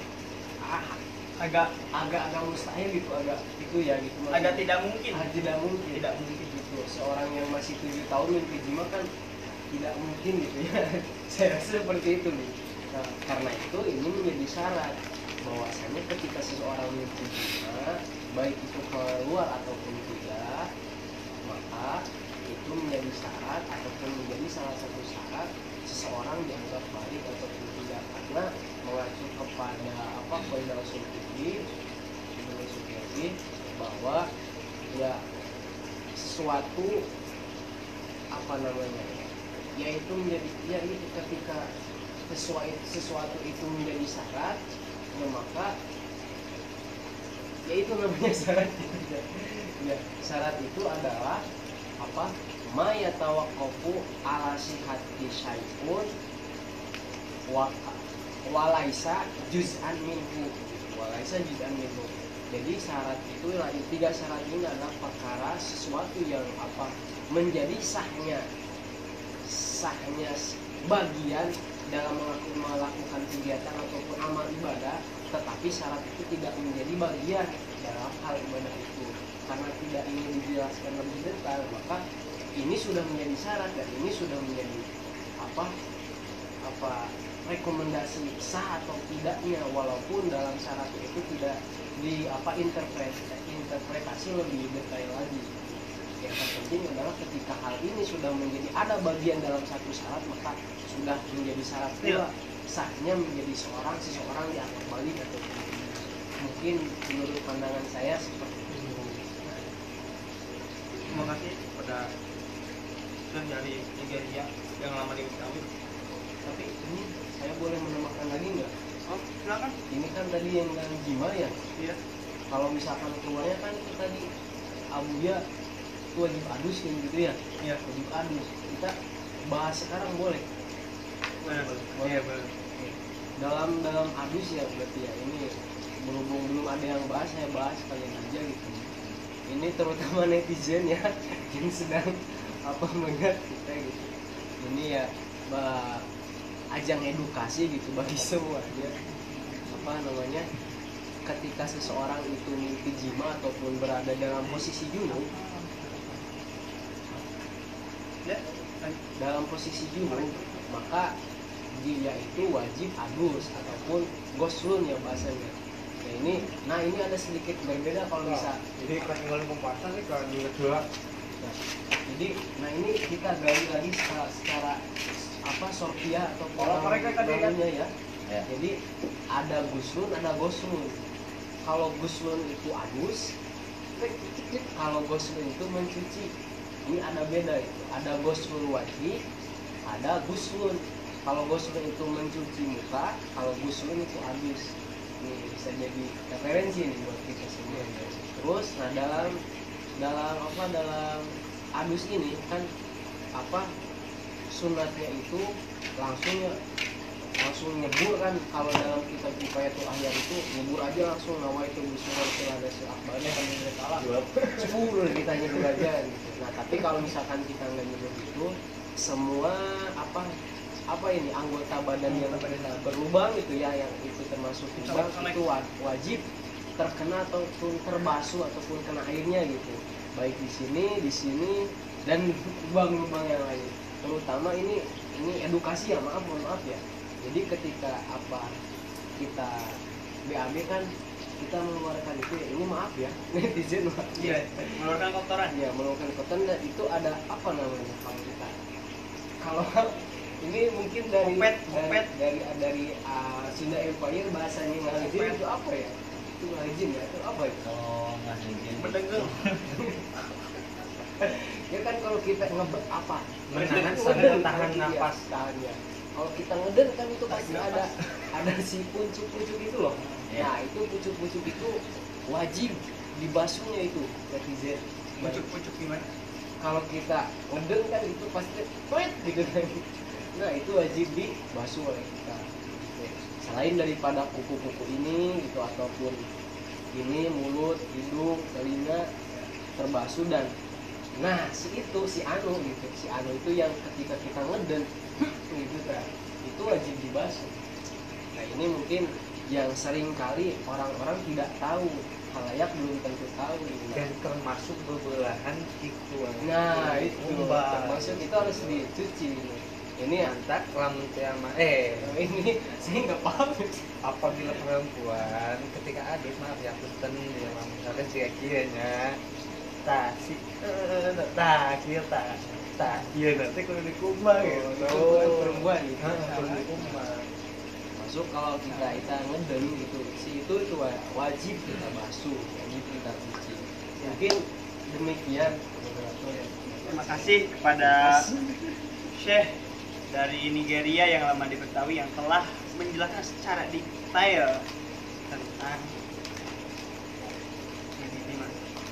agak mustahil gitu, agak tidak mungkin tidak mungkin gitu. Seorang yang masih 7 tahun mimpi jima kan tidak mungkin gitu ya. Saya rasa seperti itu nih. Nah, karena itu ini menjadi syarat bahwasanya ketika seseorang mimpi jima, baik itu keluar ataupun tidak, maka itu menjadi syarat ataupun menjadi salah satu syarat seseorang dianggap baik ataupun tidak, karena mengacu kepada kaidah subjektif bahwa ya sesuatu yaitu menjadi ya itu ketika sesuatu itu menjadi syarat, ya maka ya itu namanya syarat. Ya, syarat itu adalah ma yatawaqqafu ala sihhati syai'un walaisa juz'an minhu. Jadi syarat itu lagi 3 syarat ini adalah perkara sesuatu yang menjadi sahnya bagian dalam melakukan kegiatan ataupun amal ibadah, tetapi syarat itu tidak menjadi bagian dalam hal ibadah itu. Karena tidak ingin dijelaskan lebih detail, maka ini sudah menjadi syarat dan ini sudah menjadi rekomendasi sah atau tidaknya, walaupun dalam syarat itu tidak interpretasi lebih detail lagi. Yang terpenting adalah ketika hal ini sudah menjadi ada bagian dalam satu syarat, maka sudah menjadi syarat pula sahnya menjadi seseorang dianggap balik atau tidak. Mungkin menurut pandangan saya seperti itu. Terima kasih kepada dari Nigeria yang lama di kami. Tapi ini saya boleh menambahkan lagi nggak? Oh, silakan. Ini kan tadi yang jima ya. Iya. Kalau misalkan keluarnya kan itu tadi abuya itu wajib adus gitu ya. Iya. Wajib adus. Kita bahas sekarang boleh. Boleh. Iya, boleh. Dalam adus ya berarti ya, ini berhubung belum ada yang bahas, saya bahas kalian aja gitu. Ini terutama netizen ya yang sedang melihat kita gitu. Ini ya ajang edukasi gitu bagi semua ya. Ketika seseorang itu mimpi jima ataupun berada dalam posisi junub, maka dia itu wajib adus ataupun goslun ya bahasanya. Ya ini ada sedikit berbeda kalau bisa. Jadi kelas tinggal pembahasan nih kalau kedua. Jadi ini kita gali lagi secara sortia atau Kalau mereka tadi kan namanya ya. Ya. Jadi ada guslun, ada goslun. Kalau guslun itu adus, kalau goslun itu mencuci. Ini ada beda itu. Ada goslun wajib, ada guslun. Kalau goslun itu mencuci muka, kalau guslun itu adus. Ini bisa jadi referensi nih buat kita semua. Terus, nah dalam adus ini kan sunatnya itu langsung nyebur kan. Kalau dalam kitab Kifayatul Ahyar itu nyebur aja langsung nawaitu bisuran ada akbarnya kan dari salah 10 kita nyebur aja gitu. Nah tapi kalau misalkan kita nggak nyebur itu semua ini anggota badan yang berlubang itu ya, yang itu termasuk lubang itu wajib terkena ataupun terbasuh ataupun kena airnya gitu, baik di sini dan lubang-lubang yang lain. Terutama ini edukasi ya, mohon maaf ya. Jadi ketika kita BAB kan kita mengeluarkan itu ya, ini maaf ya netizen maaf iya, mengeluarkan kotoran. Ya, mengeluarkan kotoran. Dan itu ada apa namanya kalau ini mungkin dari Kopet. dari Sunda Empire bahasanya ngahijin itu apa ya? Itu ngahijin ya? Itu apa itu? Kalau nggak izin Mendengung. Ya kan kalau kita Menahan Ngeden, sambil tahan iya, napas. tahannya. Kalau kita ngeden kan itu pasti ada si pucuk-pucuk itu loh. Iya. Nah itu pucuk-pucuk itu wajib dibasuhnya itu netizen. Pucuk-pucuk gimana? Kalau kita ngeden kan itu pasti pet gitu kan. Nah itu wajib dibasuh oleh kita. Selain daripada kuku-kuku ini gitu, ataupun ini mulut, hidung, telinga terbasuh. Dan nah si anu itu yang ketika kita ngeden gitu kan, itu wajib dibasuh. Nah ini mungkin yang sering kali orang-orang tidak tahu, halayak belum tentu tahu. Dan termasuk bebelahan itu. Nah itu Umbah. termasuk itu harus dicuci. Ini Antak lamun tiama ini saya nggak paham. apabila perempuan ketika adus maaf ya punten ya misalkan kiranya iya nanti kalau di kumah gitu. Perempuan gitu. Kalau di kumah Masuk kalau kita ngeden gitu, itu wajib kita basuh, wajib kita cuci. Mungkin demikian moderator ya. Terima kasih kepada Syekh dari Nigeria yang lama di Betawi yang telah menjelaskan secara detail tentang ini Mas.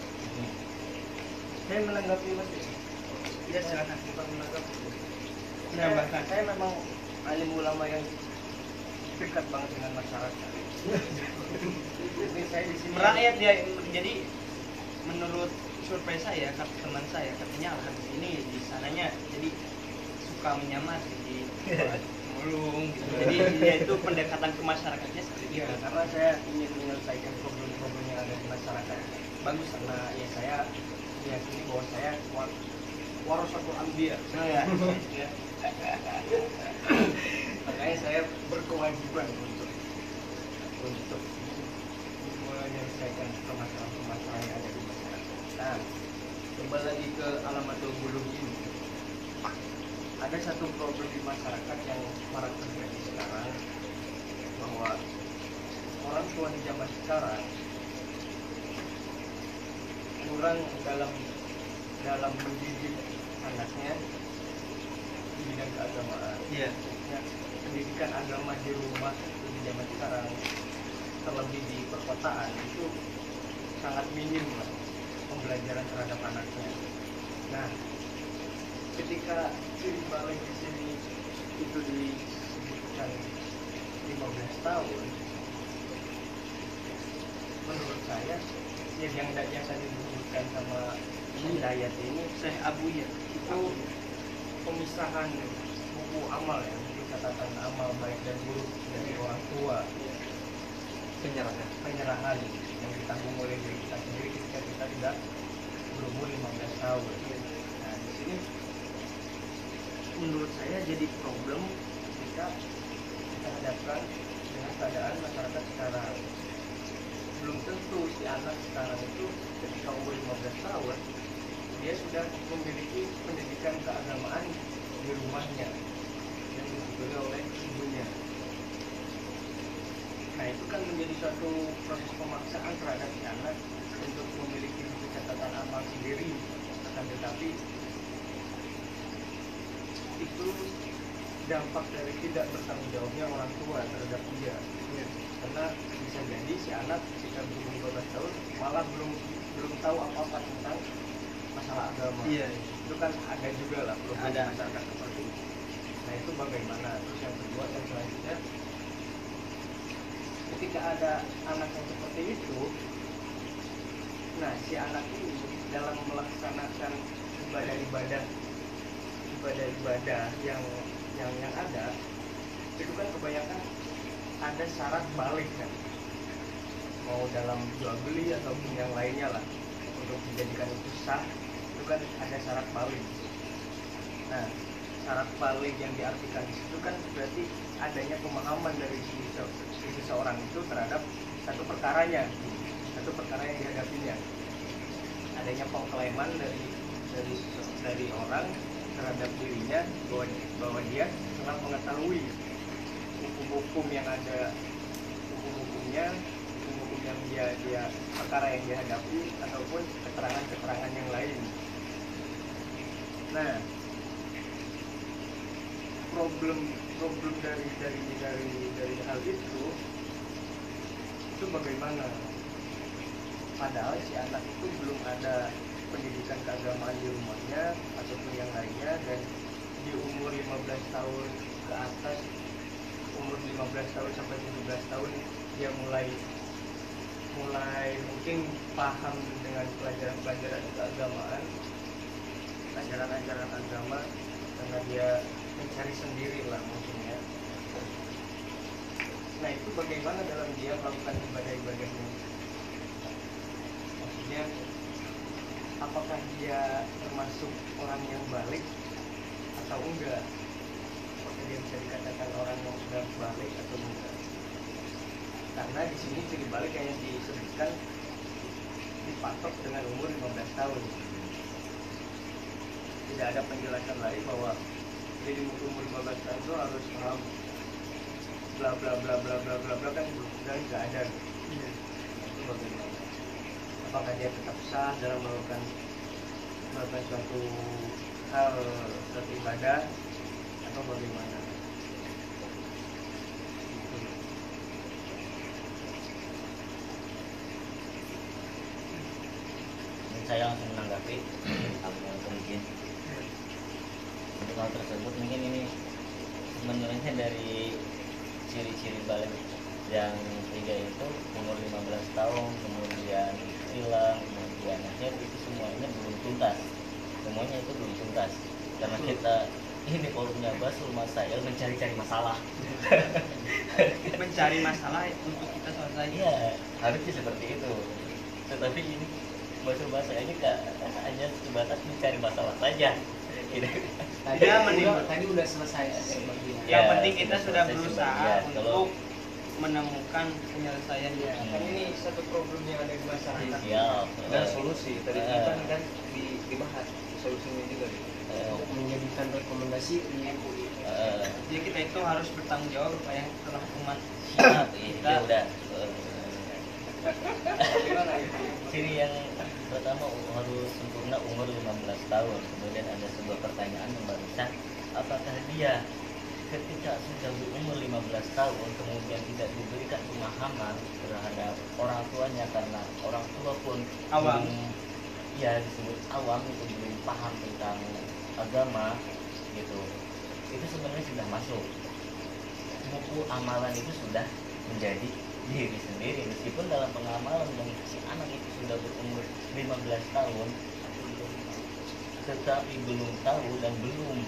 Saya menanggapi Mas. Ya silakan kita menanggapi. Menambahkan, saya memang alim ulama yang dekat banget dengan masyarakat. Jadi saya di sini merakyat ya. Jadi menurut survei saya, kata teman saya, katanya alhamdulillah ini di sananya jadi suka menyamar di mulung gitu. Jadi dia itu pendekatan ke masyarakatnya seperti itu. Karena saya ingin menyelesaikan problem-problem yang ada di masyarakat. Bagus karena ya saya meyakini bahwa saya warasatul anbiya. Ya. Makanya saya berkewajiban untuk menyelesaikan permasalahan-permasalahan yang ada di masyarakat. Nah, kembali lagi ke alamatul bulugh ini. Ada satu problem di masyarakat yang marak terjadi sekarang, bahwa orang tua di zaman sekarang kurang dalam mendidik anaknya di bidang keagamaan. Iya. Ya, pendidikan agama di rumah di zaman sekarang, terlebih di perkotaan, itu sangat minim lah pembelajaran terhadap anaknya. Nah, ketika ciri balik di sini itu disebutkan 15 tahun, menurut saya ya yang tadi disebutkan sama Hidayat ini, Syekh Abuya, itu pemisahan buku amal ya, catatan amal baik dan buruk dari orang tua, penyerahan yang ditanggung oleh diri kita sendiri ketika kita tidak berumur 15 tahun. Nah di sini menurut saya jadi problem ketika kita hadapkan dengan keadaan masyarakat sekarang. Belum tentu si anak sekarang itu ketika umur 15 tahun dia sudah memiliki pendidikan keagamaan di rumahnya. menjadi suatu proses pemaksaan terhadap si anak untuk memiliki buku catatan amal sendiri. Akan tetapi itu dampak dari tidak bertanggung jawabnya orang tua terhadap dia. Karena bisa jadi si anak ketika berumur 12 tahun malah belum tahu apa-apa tentang masalah agama. Iya. Itu kan ada juga lah problem Ada. masyarakat seperti itu. Nah itu bagaimana? Terus yang kedua dan selanjutnya, ketika ada anak yang seperti itu, nah si anak ini dalam melaksanakan ibadah-ibadah yang ada, itu kan kebanyakan ada syarat balik kan, mau dalam jual beli ataupun yang lainnya lah, untuk dijadikan itu sah, itu kan ada syarat balik. Nah syarat balik yang diartikan di situ kan berarti adanya pemahaman dari si seseorang itu terhadap satu perkaranya, satu perkara yang dihadapinya, adanya pengklaiman dari orang terhadap dirinya bahwa dia telah mengetahui hukum-hukum yang ada, hukum-hukum yang dia perkara yang dia hadapi ataupun keterangan-keterangan yang lain. Nah problem dari hal itu bagaimana? Padahal si anak itu belum ada pendidikan keagamaan di rumahnya ataupun yang lainnya, dan di umur 15 tahun ke atas, umur 15 tahun sampai 17 tahun dia mulai mungkin paham dengan pelajaran keagamaan, ajaran-ajaran agama, karena dia mencari sendiri lah maksudnya. Nah itu bagaimana dalam dia melakukan ibadah-ibadahnya? Maksudnya apakah dia termasuk orang yang balik atau enggak? Apakah dia bisa dikatakan orang yang sudah balik atau enggak? Karena di sini ciri balik yang disebutkan dipatok dengan umur 15 tahun. Tidak ada penjelasan lain bahwa jadi umur 15 tahun itu harus paham bla bla bla bla bla bla bla, kan nggak ada. Itu bagaimana? Apakah dia tetap sah dalam melakukan suatu hal, suatu ibadah, atau bagaimana? Dan saya langsung menanggapi apa yang terjadi. Untuk hal tersebut mungkin ini sebenarnya dari ciri-ciri balik yang tiga itu umur 15 tahun, kemudian hilang, kemudian akhir, itu semuanya belum tuntas. Semuanya itu belum tuntas karena kita ini forumnya Basul Masail mencari-cari masalah. Mencari masalah untuk kita selesai. Iya, harusnya seperti itu. Tetapi ini Basul Masail ini hanya sebatas mencari masalah saja. Tadi udah selesai sebagian. Yang Ya, penting kita sudah selesai berusaha sebagian. untuk menemukan penyelesaiannya. Kan ini satu problem yang ada di masyarakat. Siap. Dan solusi tadi kan dibahas solusinya juga gitu. Untuk menjadikan rekomendasi di MUI. Jadi kita itu harus bertanggung jawab apa yang telah umat Siap, kita. ya udah. Gimana gitu? Ciri yang pertama harus sempurna umur 15 tahun. Kemudian ada sebuah pertanyaan yang barusan, apakah dia ketika sudah berumur 15 tahun kemudian tidak diberikan pemahaman terhadap orang tuanya, karena orang tua pun Awam. Ya disebut awam, itu belum paham tentang agama gitu, itu sebenarnya sudah masuk buku amalan, itu sudah menjadi diri sendiri meskipun dalam pengamalan dan si anak itu sudah berumur 15 tahun tetapi belum tahu dan belum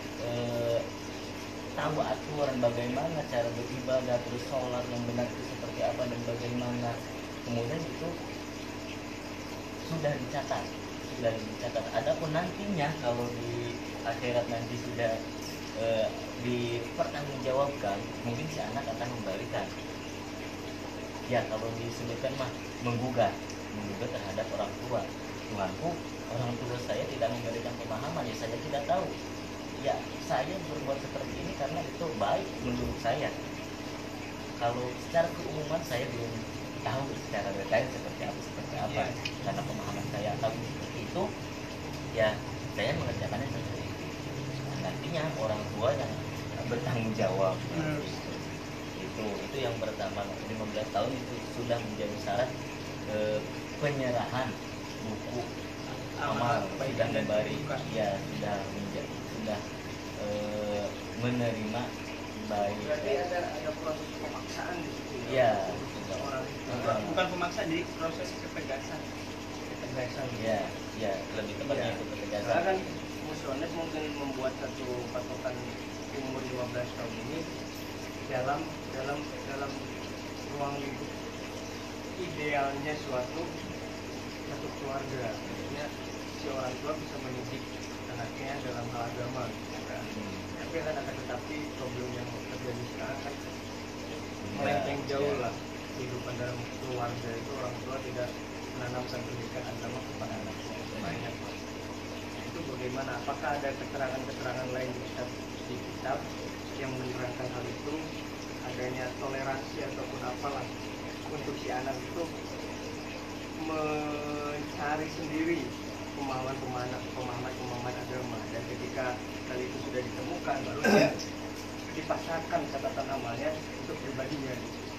tahu aturan bagaimana cara beribadah, terus sholat yang benar itu seperti apa dan bagaimana, kemudian itu sudah dicatat. Adapun nantinya kalau di akhirat nanti sudah dipertanggungjawabkan, mungkin si anak akan membalikan. Ya kalau disebutkan mah menggugat terhadap orang tua. Tuhanku, orang tua saya tidak memberikan pemahaman, ya saya tidak tahu. Ya saya berbuat seperti ini karena itu baik menurut saya. kalau secara keumuman saya belum tahu secara detail seperti apa karena pemahaman saya tahu seperti itu ya saya mengerjakannya seperti itu. Nah, nantinya orang tua yang bertanggung jawab. Itu yang pertama. 15 tahun itu sudah menjadi syarat penyerahan buku amal sudah memberi ya sudah menerima baik. Berarti ada proses pemaksaan di situ ya orang bukan pemaksaan, jadi proses ketegasan ya lebih tepatnya itu ketegasan. karena kan Musones mungkin membuat satu patokan umur 15 tahun ini dalam ruang lingkup idealnya suatu keluarga. Maksudnya si orang tua bisa mendidik anaknya dalam hal agama kan. Tapi kan akan tetapi problem yang terjadi sekarang kan melenceng jauh lah kehidupan dalam keluarga itu, orang tua tidak menanamkan pendidikan agama kepada anaknya banyak. Itu bagaimana? Apakah ada keterangan lain di kitab yang menerangkan hal itu, adanya toleransi ataupun apalah untuk si anak itu mencari sendiri pemahaman agama, dan ketika hal itu sudah ditemukan baru dia dipasarkan catatan amalnya untuk pribadinya.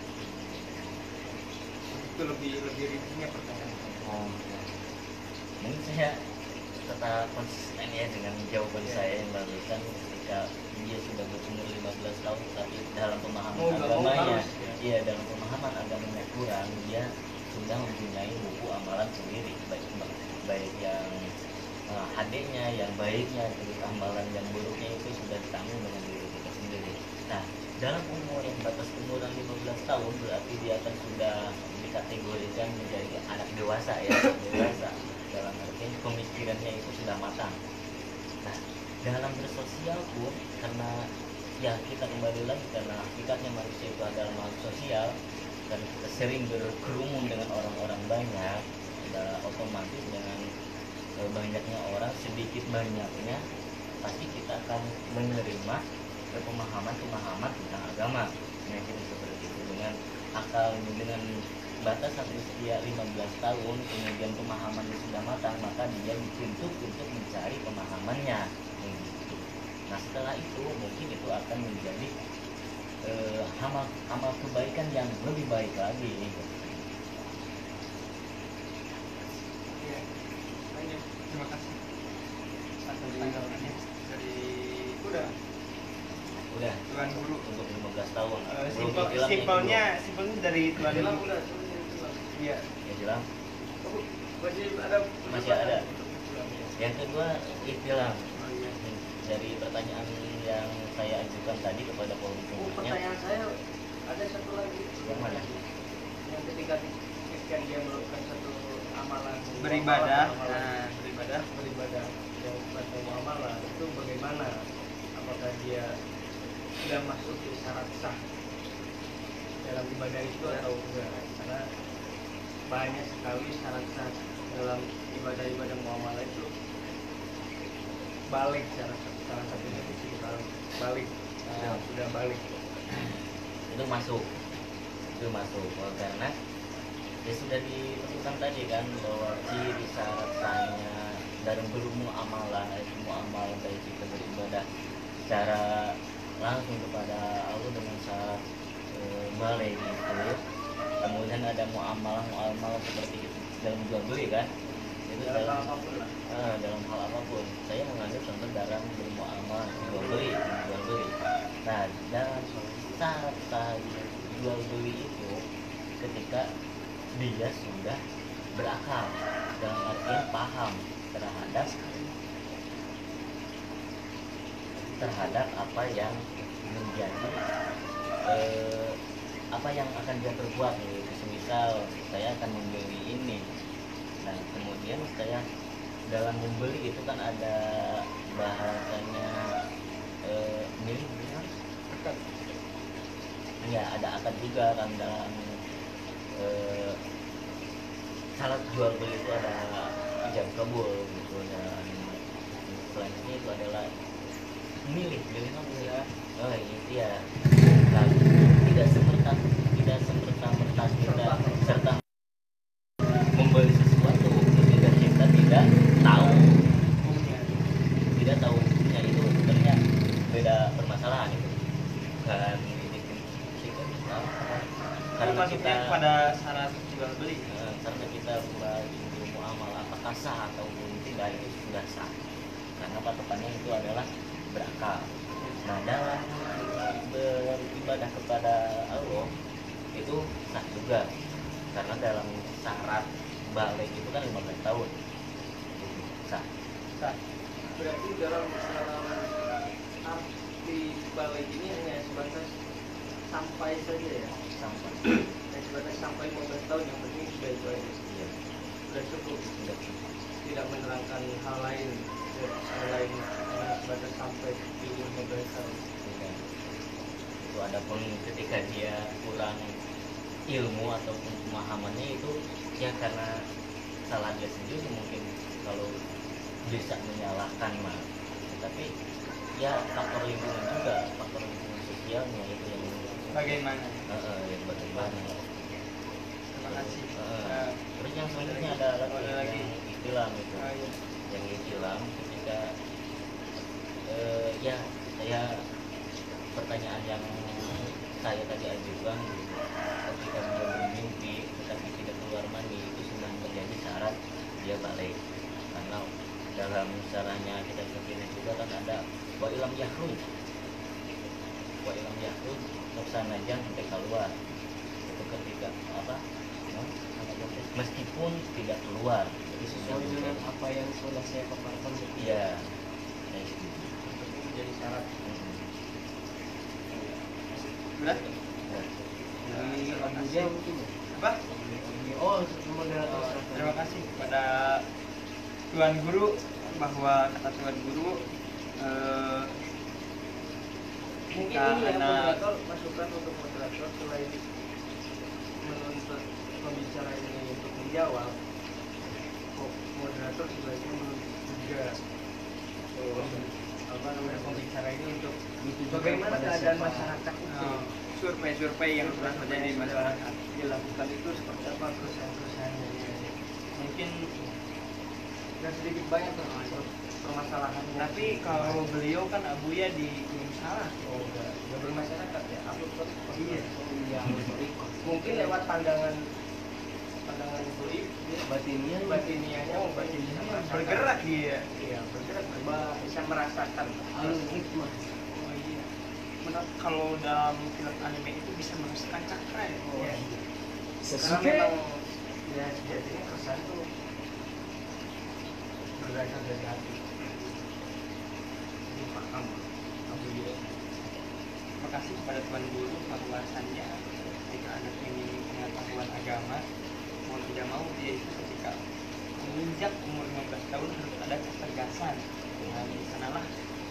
Itu lebih rincinya pertanyaan. Mungkin saya tetap konsisten ya dengan jawaban saya yang barusan, ketika dia sudah berumur 15 tahun tapi dalam pemahaman agamanya dalam pemahaman agamanya kurang, dia sudah mempunyai buku amalan sendiri, baik yang hadenya, yang baiknya, terus amalan yang buruknya itu sudah ditanggung dengan diri kita sendiri. Nah, dalam batas umur yang 15 tahun berarti dia akan sudah dikategorikan menjadi anak dewasa ya, dewasa dalam artian pemikirannya itu sudah matang. Nah, dalam bersosial pun karena ya kita kembali lagi karena hakikatnya manusia itu adalah makhluk sosial dan kita sering berkerumun dengan orang-orang banyak, otomatis dengan banyaknya orang, sedikit banyaknya pasti kita akan menerima pemahaman tentang agama yang seperti itu dengan akal, dengan batasan usia 15 tahun kemudian pemahamannya sudah matang, maka dia dituntut untuk mencari pemahamannya gitu. Nah, setelah itu mungkin itu akan menjadi amal kebaikan yang lebih baik lagi gitu. Ya, banyak. Terima kasih atas tanggapannya dari udah Tuan Guru untuk 15 tahun. simpelnya dari Tuan Guru. Iya. Ya jelas. Masih ada. Yang kedua ikhtilam. Dari pertanyaan yang saya ajukan tadi kepada pemimpinnya. Pertanyaan saya ada satu lagi. Yang mana? Yang ketika dia melakukan satu amalan beribadah yang satu amalan itu bagaimana? Apakah dia sudah masuk ke syarat sah dalam ibadah itu atau enggak? Karena banyak sekali syarat sah dalam ibadah muamalah itu balik, salah satunya itu balik. Sudah balik itu masuk karena ya sudah ditentukan tadi kan bahwa ciri syarat sahnya dalam bermuamalah itu muamalah baik kita beribadah secara langsung kepada Allah dengan syarat balik itu, kemudian ada muamalah seperti itu dalam jual beli kan, itu dalam hal apapun. Saya mengambil contoh dalam bermuamalah jual beli. Nah, dalam syarat jual beli itu ketika dia sudah berakal, dalam artian paham terhadap apa yang menjadi apa yang akan dia perbuat nih. Semisal saya akan membeli ini, nah kemudian saya dalam membeli itu kan ada bahasanya milik akad. Ya, ada akad juga kan dalam syarat jual beli itu ada ijab kabul gitu, dan selanjutnya itu adalah milih ya. Oh ini dia. Nah, tidak semerta tidak serta-merta kita serta membeli sesuatu ketika kita tidak tahu punya itu sebenarnya beda permasalahan itu. Bukan ini kita bisa karena maksudnya kita pada syarat jual beli. karena kita buat muamalah apakah sah atau tidak itu sudah sah karena patokannya itu adalah berakal. Nah dalam beribadah kepada Allah itu sah juga karena dalam syarat balik itu kan 15 tahun sah. Berarti dalam arti balik ini hanya sebatas sampai saja ya, Sampai hanya sebatas sampai 15 tahun yang penting sudah itu aja, iya sudah cukup, sudah cukup. tidak menerangkan hal lain hanya sebatas sampai di 15 tahun. Tidak. Itu adapun ketika dia kurang ilmu ataupun pemahamannya itu ya karena salah dia sendiri mungkin kalau bisa menyalahkan mah, tapi ya faktor lingkungan juga, faktor lingkungan sosialnya itu yang Bagaimana? yang bagaimana. Terima kasih. Terus yang selanjutnya ada lagi yang ikhtilam itu. Oh, iya. Yang ikhtilam ketika ya saya pertanyaan yang saya tadi ajukan gitu. Ketika dia bermimpi tetapi tidak keluar mandi itu sudah menjadi syarat dia balik karena dalam caranya kita berpikir juga kan ada wa ilam yahruj laksanajan sampai keluar itu ketika apa meskipun tidak keluar jadi Sesuai dengan apa yang sudah saya paparkan. iya Menjadi syarat. Sudah? Dari Abuja mungkin ya? Apa? Oh, moderator. Terima kasih kepada Tuan Guru, bahwa kata Tuan Guru Mungkin kita ini ya anak moderator, masukan untuk moderator selain menuntut pembicara ini untuk menjawab, moderator sebaiknya menuntut juga apa namanya pembicara ini untuk bagaimana keadaan masyarakat itu, survei-survei yang sudah terjadi di masyarakat. dilakukan itu seperti apa kerusakan-kerusakannya, Mungkin dan sedikit banyak termasuk permasalahan. tapi kalau beliau kan Abuya di Gunung Salak. oh udah bermasyarakat ya, aku Iya. mungkin lewat pandangan goib batiniannya Bergerak dia. iya bergerak bisa merasakan hikmah. Oh iya. Kalau dalam film anime itu bisa merasakan cakra ya. Oh, Iya. karena memang ya sejatinya kesan itu berasal dari hati, jadi paham aku juga. Terima kasih kepada Tuan Guru bahwasannya ketika anak ini pengetahuan agama mau tidak mau dia itu ketika menginjak umur 15 tahun harus ada ketegasan. Nah, di sanalah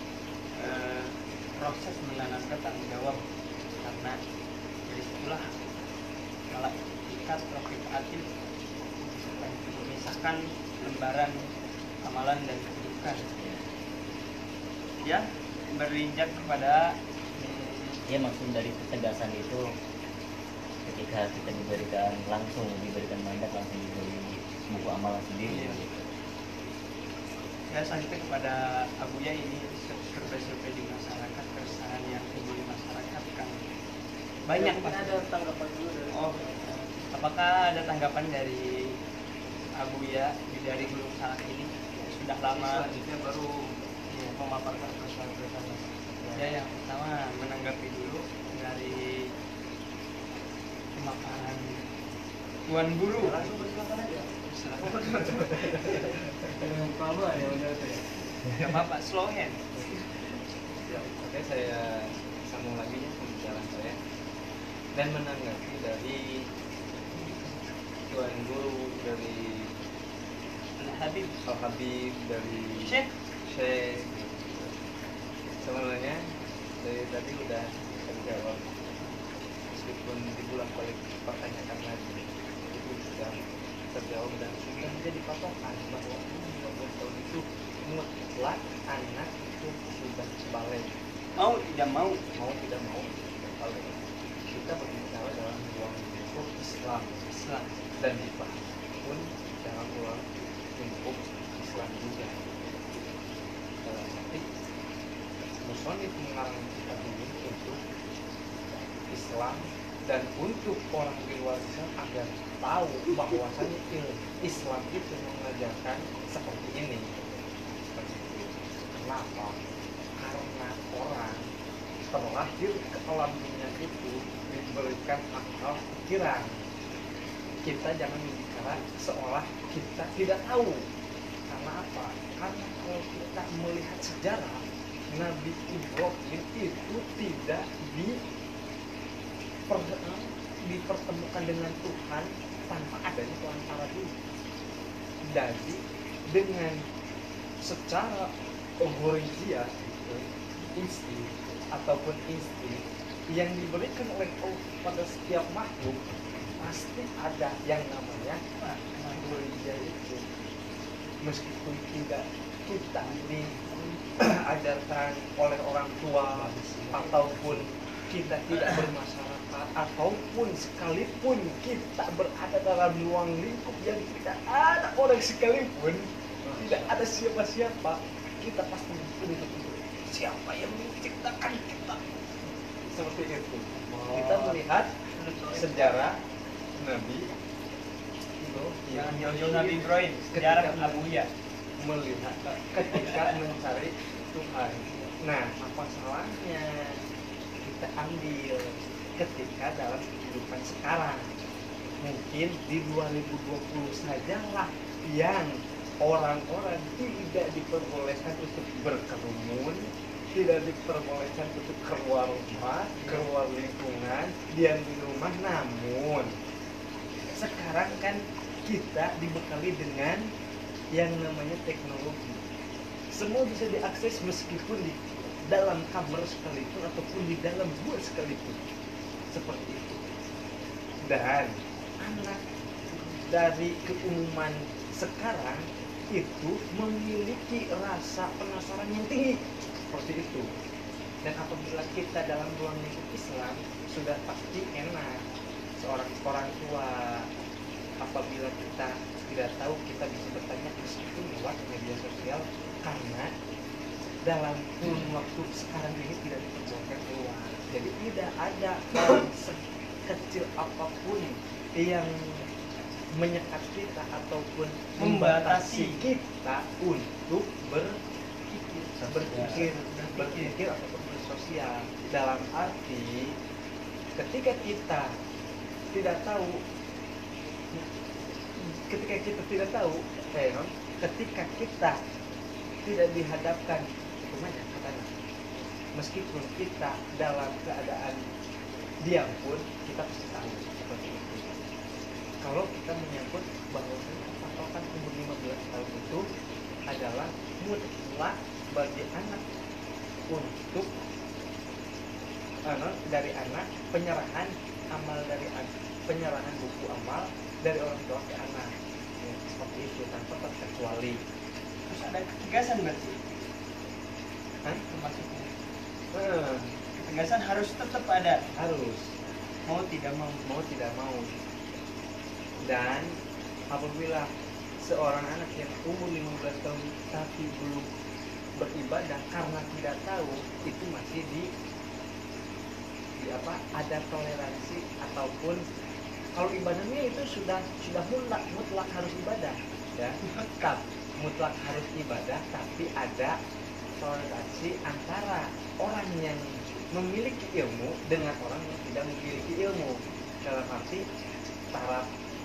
proses menanamkan tanggung jawab karena dari situlah malaikat Rafiq Atid memisahkan lembaran amalan dan kedudukan. Ya, berinjak kepada ya maksud dari ketegasan itu ketika kita diberikan mandat langsung diberi buku amalan sendiri gitu. ya sampai kepada Abuya ini survei-survei di masyarakat, keresahan yang timbul di masyarakat kan banyak Mungkin pasti. ada tanggapan dulu dari Apakah ada tanggapan dari Abuya dari Gunung Salak ini? Sudah lama. selanjutnya baru memaparkan persoalan-persoalan. Ya, yang pertama menanggapi dulu dari pemaparan Tuan Guru. Langsung bersilakan aja. Lama ya udah tuh ya. Gak apa-apa, slow hand. Oke, saya sambung lagi ya pembicaraan saya dan menanggapi dari Tuan Guru, dari Habib Al Habib, dari Syekh. Syekh. Sebenarnya dari tadi udah terjawab, meskipun dibolak-balik pertanyakan lagi itu sudah terjawab dan sudah menjadi patokan bahwa 15 tahun itu mutlak anak itu sudah balik, Mau tidak mau. mau tidak mau balik. kita berbicara dalam ruang lingkup Islam dan dibahas pun dalam ruang lingkup Islam juga. Dalam arti musonif mengarang kitab ini untuk Islam dan untuk orang di luar Islam agar tahu bahwasanya Islam itu mengajarkan seperti ini. Seperti itu. Kenapa? Karena orang terlahir ke alam dunia itu diberikan akal pikiran. Kita jangan bicara seolah kita tidak tahu. Karena apa? Karena kalau kita melihat sejarah, Nabi Ibrahim itu tidak dipertemukan dengan Tuhan tanpa adanya pelantara dulu. Jadi dengan secara original insting ataupun insting yang diberikan oleh Allah pada setiap makhluk, pasti ada yang namanya original itu. Meskipun tidak kita diajarkan oleh orang tua ataupun kita tidak bermasyarakat ataupun sekalipun kita berada dalam ruang lingkup yang tidak ada orang sekalipun, tidak ada siapa-siapa, kita pasti melihat siapa yang menciptakan kita. Seperti itu. Kita melihat sejarah Nabi Jangan jauh-jauh Nabi Ibrahim, sejarah Abuya melihat ketika mencari Tuhan. Nah, apa salahnya kita ambil ketika dalam kehidupan sekarang? Mungkin di 2020 sajalah yang orang-orang tidak diperbolehkan untuk berkerumun, tidak diperbolehkan untuk keluar rumah, keluar lingkungan, diam di rumah. Namun sekarang kan kita dibekali dengan yang namanya teknologi. Semua bisa diakses meskipun di dalam kamar sekalipun ataupun di dalam gua sekalipun. Seperti itu. Dan anak dari keumuman sekarang itu memiliki rasa penasaran yang tinggi. Seperti itu. Dan apabila kita dalam ruang lingkup Islam, sudah pasti enak. Seorang orang tua, apabila kita tidak tahu, kita bisa bertanya meskipun lewat media sosial, karena dalam kurun waktu sekarang ini tidak diperbolehkan keluar. Jadi tidak ada hal sekecil apapun yang menyekat kita ataupun membatasi kita untuk berpikir ataupun bersosial. Dalam arti ketika kita tidak tahu, ketika kita tidak dihadapkan kemana katanya, meskipun kita dalam keadaan diam pun kita pasti tahu. Seperti itu. Kalau kita menyebut bahwa patokan umur 15 tahun itu adalah mutlak bagi anak untuk dari anak, penyerahan amal dari anak, penyerahan buku amal dari orang tua ke anak, ya, seperti itu tanpa terkecuali. Terus ada ketegasan berarti, termasuknya ketegasan harus tetap ada, harus mau tidak mau. Dan apabila seorang anak yang umur 15 tahun tapi belum beribadah karena tidak tahu, itu masih ada toleransi ataupun kalau ibadahnya itu sudah mutlak harus ibadah, ya. Mutlak harus ibadah, tapi ada toleransi antara orang yang memiliki ilmu dengan orang yang tidak memiliki ilmu. Dalam arti taraf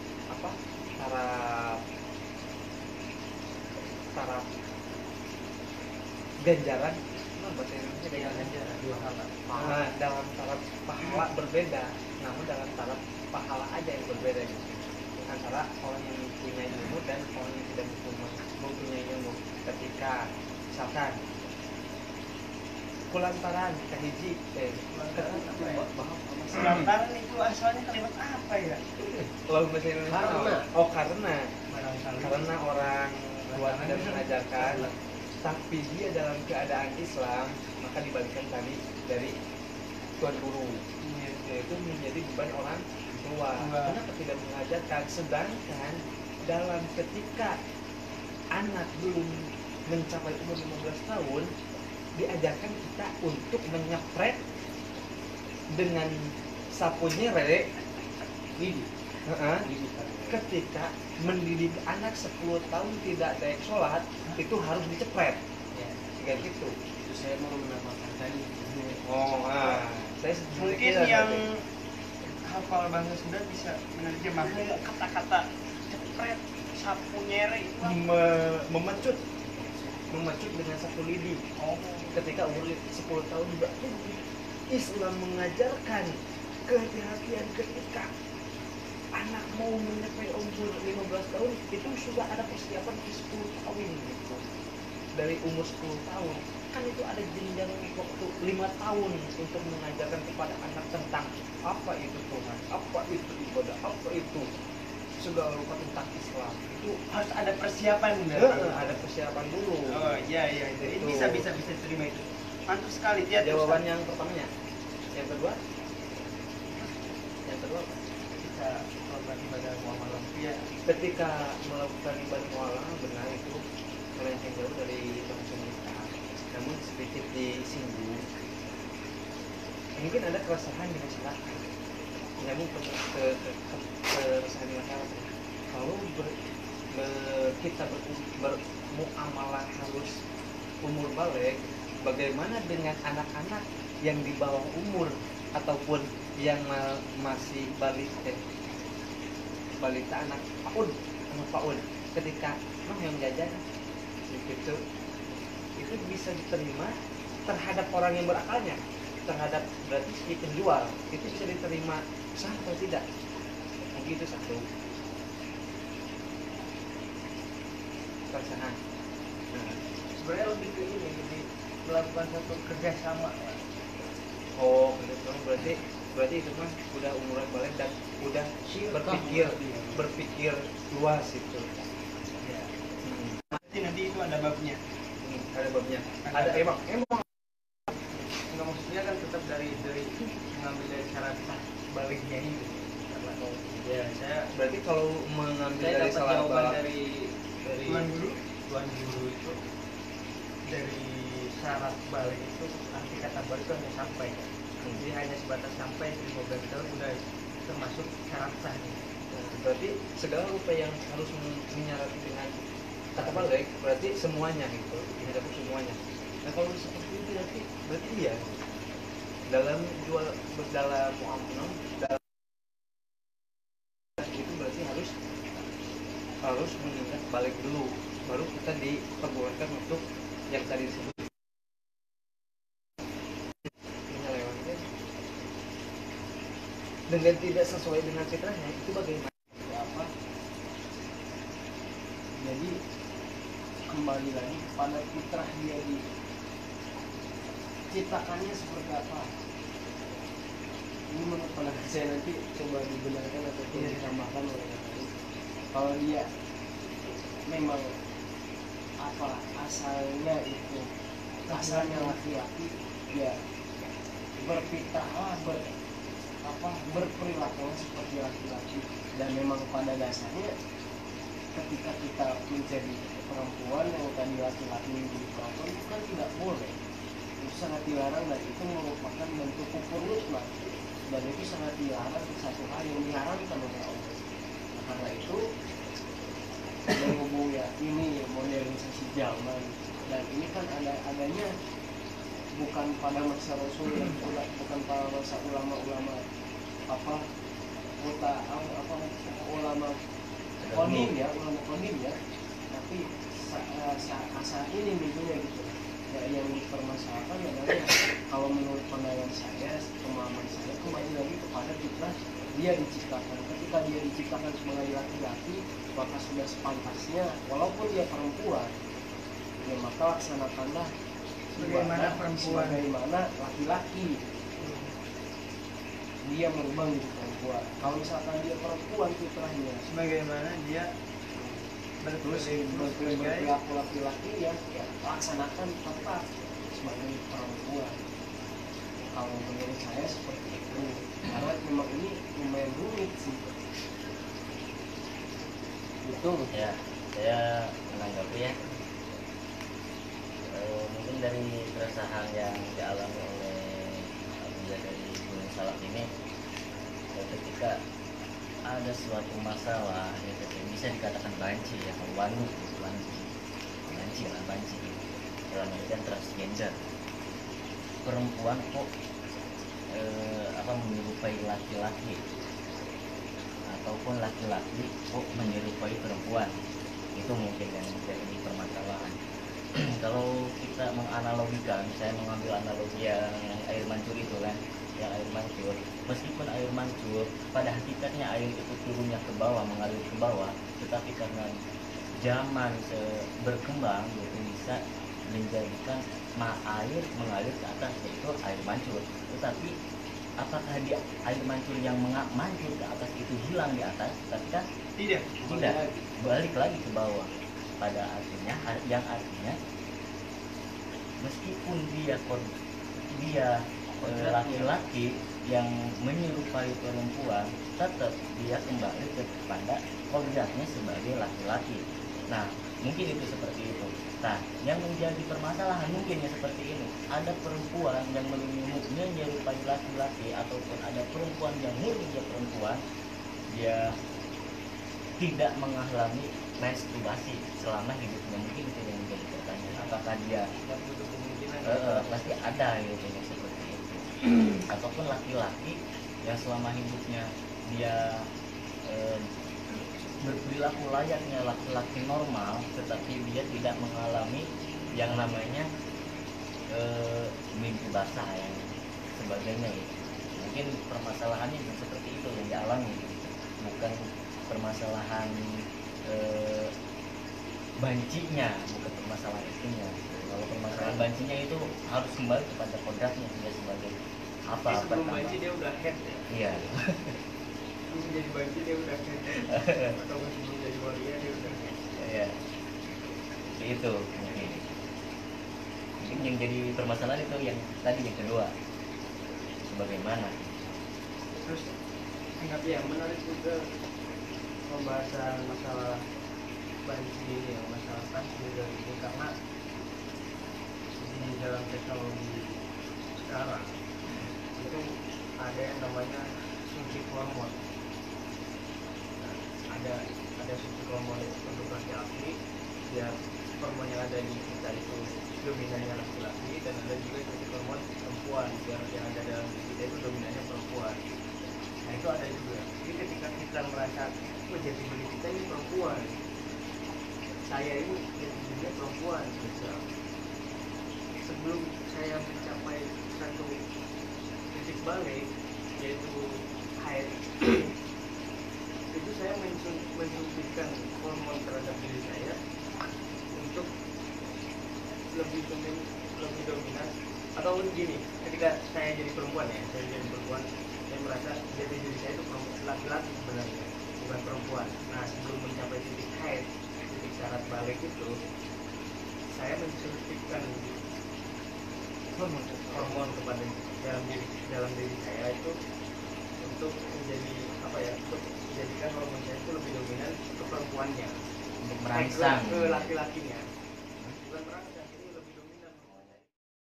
ganjaran, bahasa Indonesia ganjaran. Dalam taraf pahala berbeda, namun dalam taraf pahala aja yang berbeda gitu. Antara orang yang mempunyai ilmu dan orang yang tidak mempunyai ilmu. Ketika misalkan kulantaran kahiji Kulantaran itu asalnya kalimat apa ya? Lalu bahasa Indonesia karena orang tua tidak mengajarkan, tapi dia dalam keadaan Islam, maka dibalikan tadi dari tuan guru. itu menjadi beban orang tua. Enggak. Kenapa tidak mengajarkan? Sedangkan dalam ketika anak belum mencapai umur 15 tahun, diajarkan kita untuk menyepret dengan sapu nyere. Ketika mendidik anak 10 tahun tidak daek sholat, itu harus dicepret. Ya. Kayak gitu. Terus saya mau menambahkan tadi. Saya Mungkin yang hafal bahasa Sunda bisa menerjemahkan kata-kata cepret, sapu nyere itu memecut dengan satu lidi. Ketika umur 10 tahun juga Islam mengajarkan kehati-hatian ketika anak mau mencapai umur 15 tahun itu sudah ada persiapan di 10 tahun gitu. Dari umur 10 tahun kan itu ada jenjang waktu 5 tahun untuk mengajarkan kepada anak tentang apa itu Tuhan, apa itu ibadah, apa itu segala rupa tentang Islam. Itu harus ada persiapan ada persiapan dulu. Oh iya ini Itu. bisa terima itu. Mantap sekali dia. Jawaban yang pertamanya. Yang kedua apa? Kita melakukan ibadah muamalah. Iya. Ketika melakukan ibadah muamalah benar itu melenceng jauh dari bangsa kita, namun sedikit disinggung. Mungkin ada keresahan di masyarakat, namun keresahan di masyarakat. Kalau kita bermuamalah harus umur balik, bagaimana dengan anak-anak yang di bawah umur ataupun yang masih balita anak PAUD ketika yang jajan gitu, itu bisa diterima terhadap orang yang berakalnya, terhadap berarti si penjual itu bisa diterima sah atau tidak, begitu satu perasaan. Sebenarnya lebih ke ini, lebih melakukan satu kerjasama. Oh, berarti itu mah udah umuran balik dan udah berpikir luas itu. Ya. Nanti itu ada babnya. Ada babnya. Ada emang Enggak, maksudnya kan tetap dari mengambil dari syarat baliknya itu. Ya, saya berarti kalau mengambil saya dari dapat salah jawaban balik dari tuan guru itu dari syarat balik itu arti kata balik itu hanya sampai. Jadi hanya sebatas sampai 15 tahun udah termasuk syarat sah. Berarti segala rupa yang harus menyarati dengan kata balik berarti semuanya gitu, mencakup semuanya. Nah kalau seperti itu berarti iya dalam muamalah dalam itu berarti harus mengingat balik dulu, baru kita diperbolehkan untuk yang tadi disebut menyelewengkan dengan tidak sesuai dengan fitrahnya. Itu bagaimana? Apa? Jadi kembali lagi kepada fitrah dia diciptakannya seperti apa. Ini menurut pandangan saya, nanti coba dibenarkan ataupun ditambahkan oleh yang lain. Kalau dia memang apa asalnya itu asalnya laki-laki, ya berfitrahlah berperilaku seperti laki-laki, dan memang pada dasarnya ketika kita menjadi perempuan yang tadi laki-laki menjadi perempuan itu kan tidak boleh, itu sangat dilarang, dan itu merupakan bentuk kufur nikmat, dan itu sangat dilarang, satu hal yang diharamkan oleh Allah. Nah, karena itu berhubung ya ini modernisasi zaman, dan ini kan adanya bukan pada masa Rasul dan bukan pada masa ulama-ulama ulama kodim ya, tapi saat ini tentunya gitu. Ya, yang dipermasalahkan adalah kalau menurut pandangan saya, pemahaman saya, kembali lagi kepada fitrah dia diciptakan. Ketika dia diciptakan sebagai laki-laki, maka sudah sepantasnya walaupun dia perempuan, ya maka laksanakanlah Sebagaimana perempuan, sebagaimana laki-laki. Dia merubah menjadi perempuan. Kalau misalkan dia perempuan fitrahnya, sebagaimana dia berperilaku laki-laki, ya laksanakan tetap sebagai perempuan. kalau menurut saya seperti itu, karena memang ini lumayan rumit sih. Itu ya, saya menanggapi ya. Mungkin dari keresahan yang dialami oleh Abdullah dari Gunung Salak ini, ketika ada suatu masalah yang bisa dikatakan banci ya, banci dalam artian transgender, perempuan kok menyerupai laki-laki, ataupun laki-laki kok menyerupai perempuan, itu mungkin yang menjadi permasalahan. Kalau kita menganalogikan, saya mengambil analogi yang air mancur itu kan, yang air mancur, meskipun air mancur pada hakikatnya air itu turunnya ke bawah, mengalir ke bawah, tetapi karena zaman berkembang itu bisa menjadikan air mengalir ke atas, yaitu air mancur. Tetapi apakah di air mancur yang mancur ke atas itu hilang di atas? Tapi kan tidak, balik lagi ke bawah. Pada artinya, yang artinya meskipun dia laki-laki yang menyerupai perempuan, tetap dia kembali kepada kodratnya sebagai laki-laki. Nah, mungkin itu seperti itu. Nah, yang menjadi permasalahan mungkin ya seperti ini. Ada perempuan yang menyerupai laki-laki, ataupun ada perempuan yang murni dia perempuan, dia tidak mengalami masturbasi selama hidupnya. Mungkin itu yang menjadi pertanyaan, apakah dia pasti ada gitu yang seperti itu. Ataupun laki-laki yang selama hidupnya dia berperilaku layaknya laki-laki normal, tetapi dia tidak mengalami yang namanya mimpi basah yang sebagainya gitu. Mungkin permasalahannya seperti itu yang dialami gitu. Bukan permasalahan bancinya, bukan permasalahan itunya. Kalau permasalahan bancinya itu harus kembali kepada kodratnya dia sebagai apa. Sebelum banci dia udah head ya. Iya. Sebelum jadi banci dia udah head. Atau sebelum jadi waria dia udah head. Iya. Itu mungkin. Mungkin yang jadi permasalahan itu yang tadi, yang kedua. Sebagaimana? Terus ya menarik juga pembahasan masalah banci ini ya, masalah transgender ini, karena di dalam teknologi sekarang itu ada yang namanya suntik hormon. Ada suntik hormon untuk laki-laki, ya hormon yang ada di kita itu dominannya laki-laki, dan ada juga suntik hormon perempuan yang ada dalam diri kita itu dominannya perempuan. Nah itu ada juga. Jadi ketika kita merasa jati diri kita ini perempuan, saya ini jati dirinya perempuan, misal sebelum saya mencapai satu titik balik, yaitu haid, itu saya mensuntikkan hormon terhadap diri saya untuk lebih dominan. Atau gini, ketika saya jadi perempuan ya, saya merasa jati diri saya itu laki-laki sebenarnya, bukan perempuan. Nah sebelum mencapai titik haid, titik syarat balik itu, saya mensuntikkan hormon kepada dalam diri saya itu untuk menjadi untuk menjadikan hormon saya itu lebih dominan ke perempuannya, untuk merangsang ke laki-lakinya.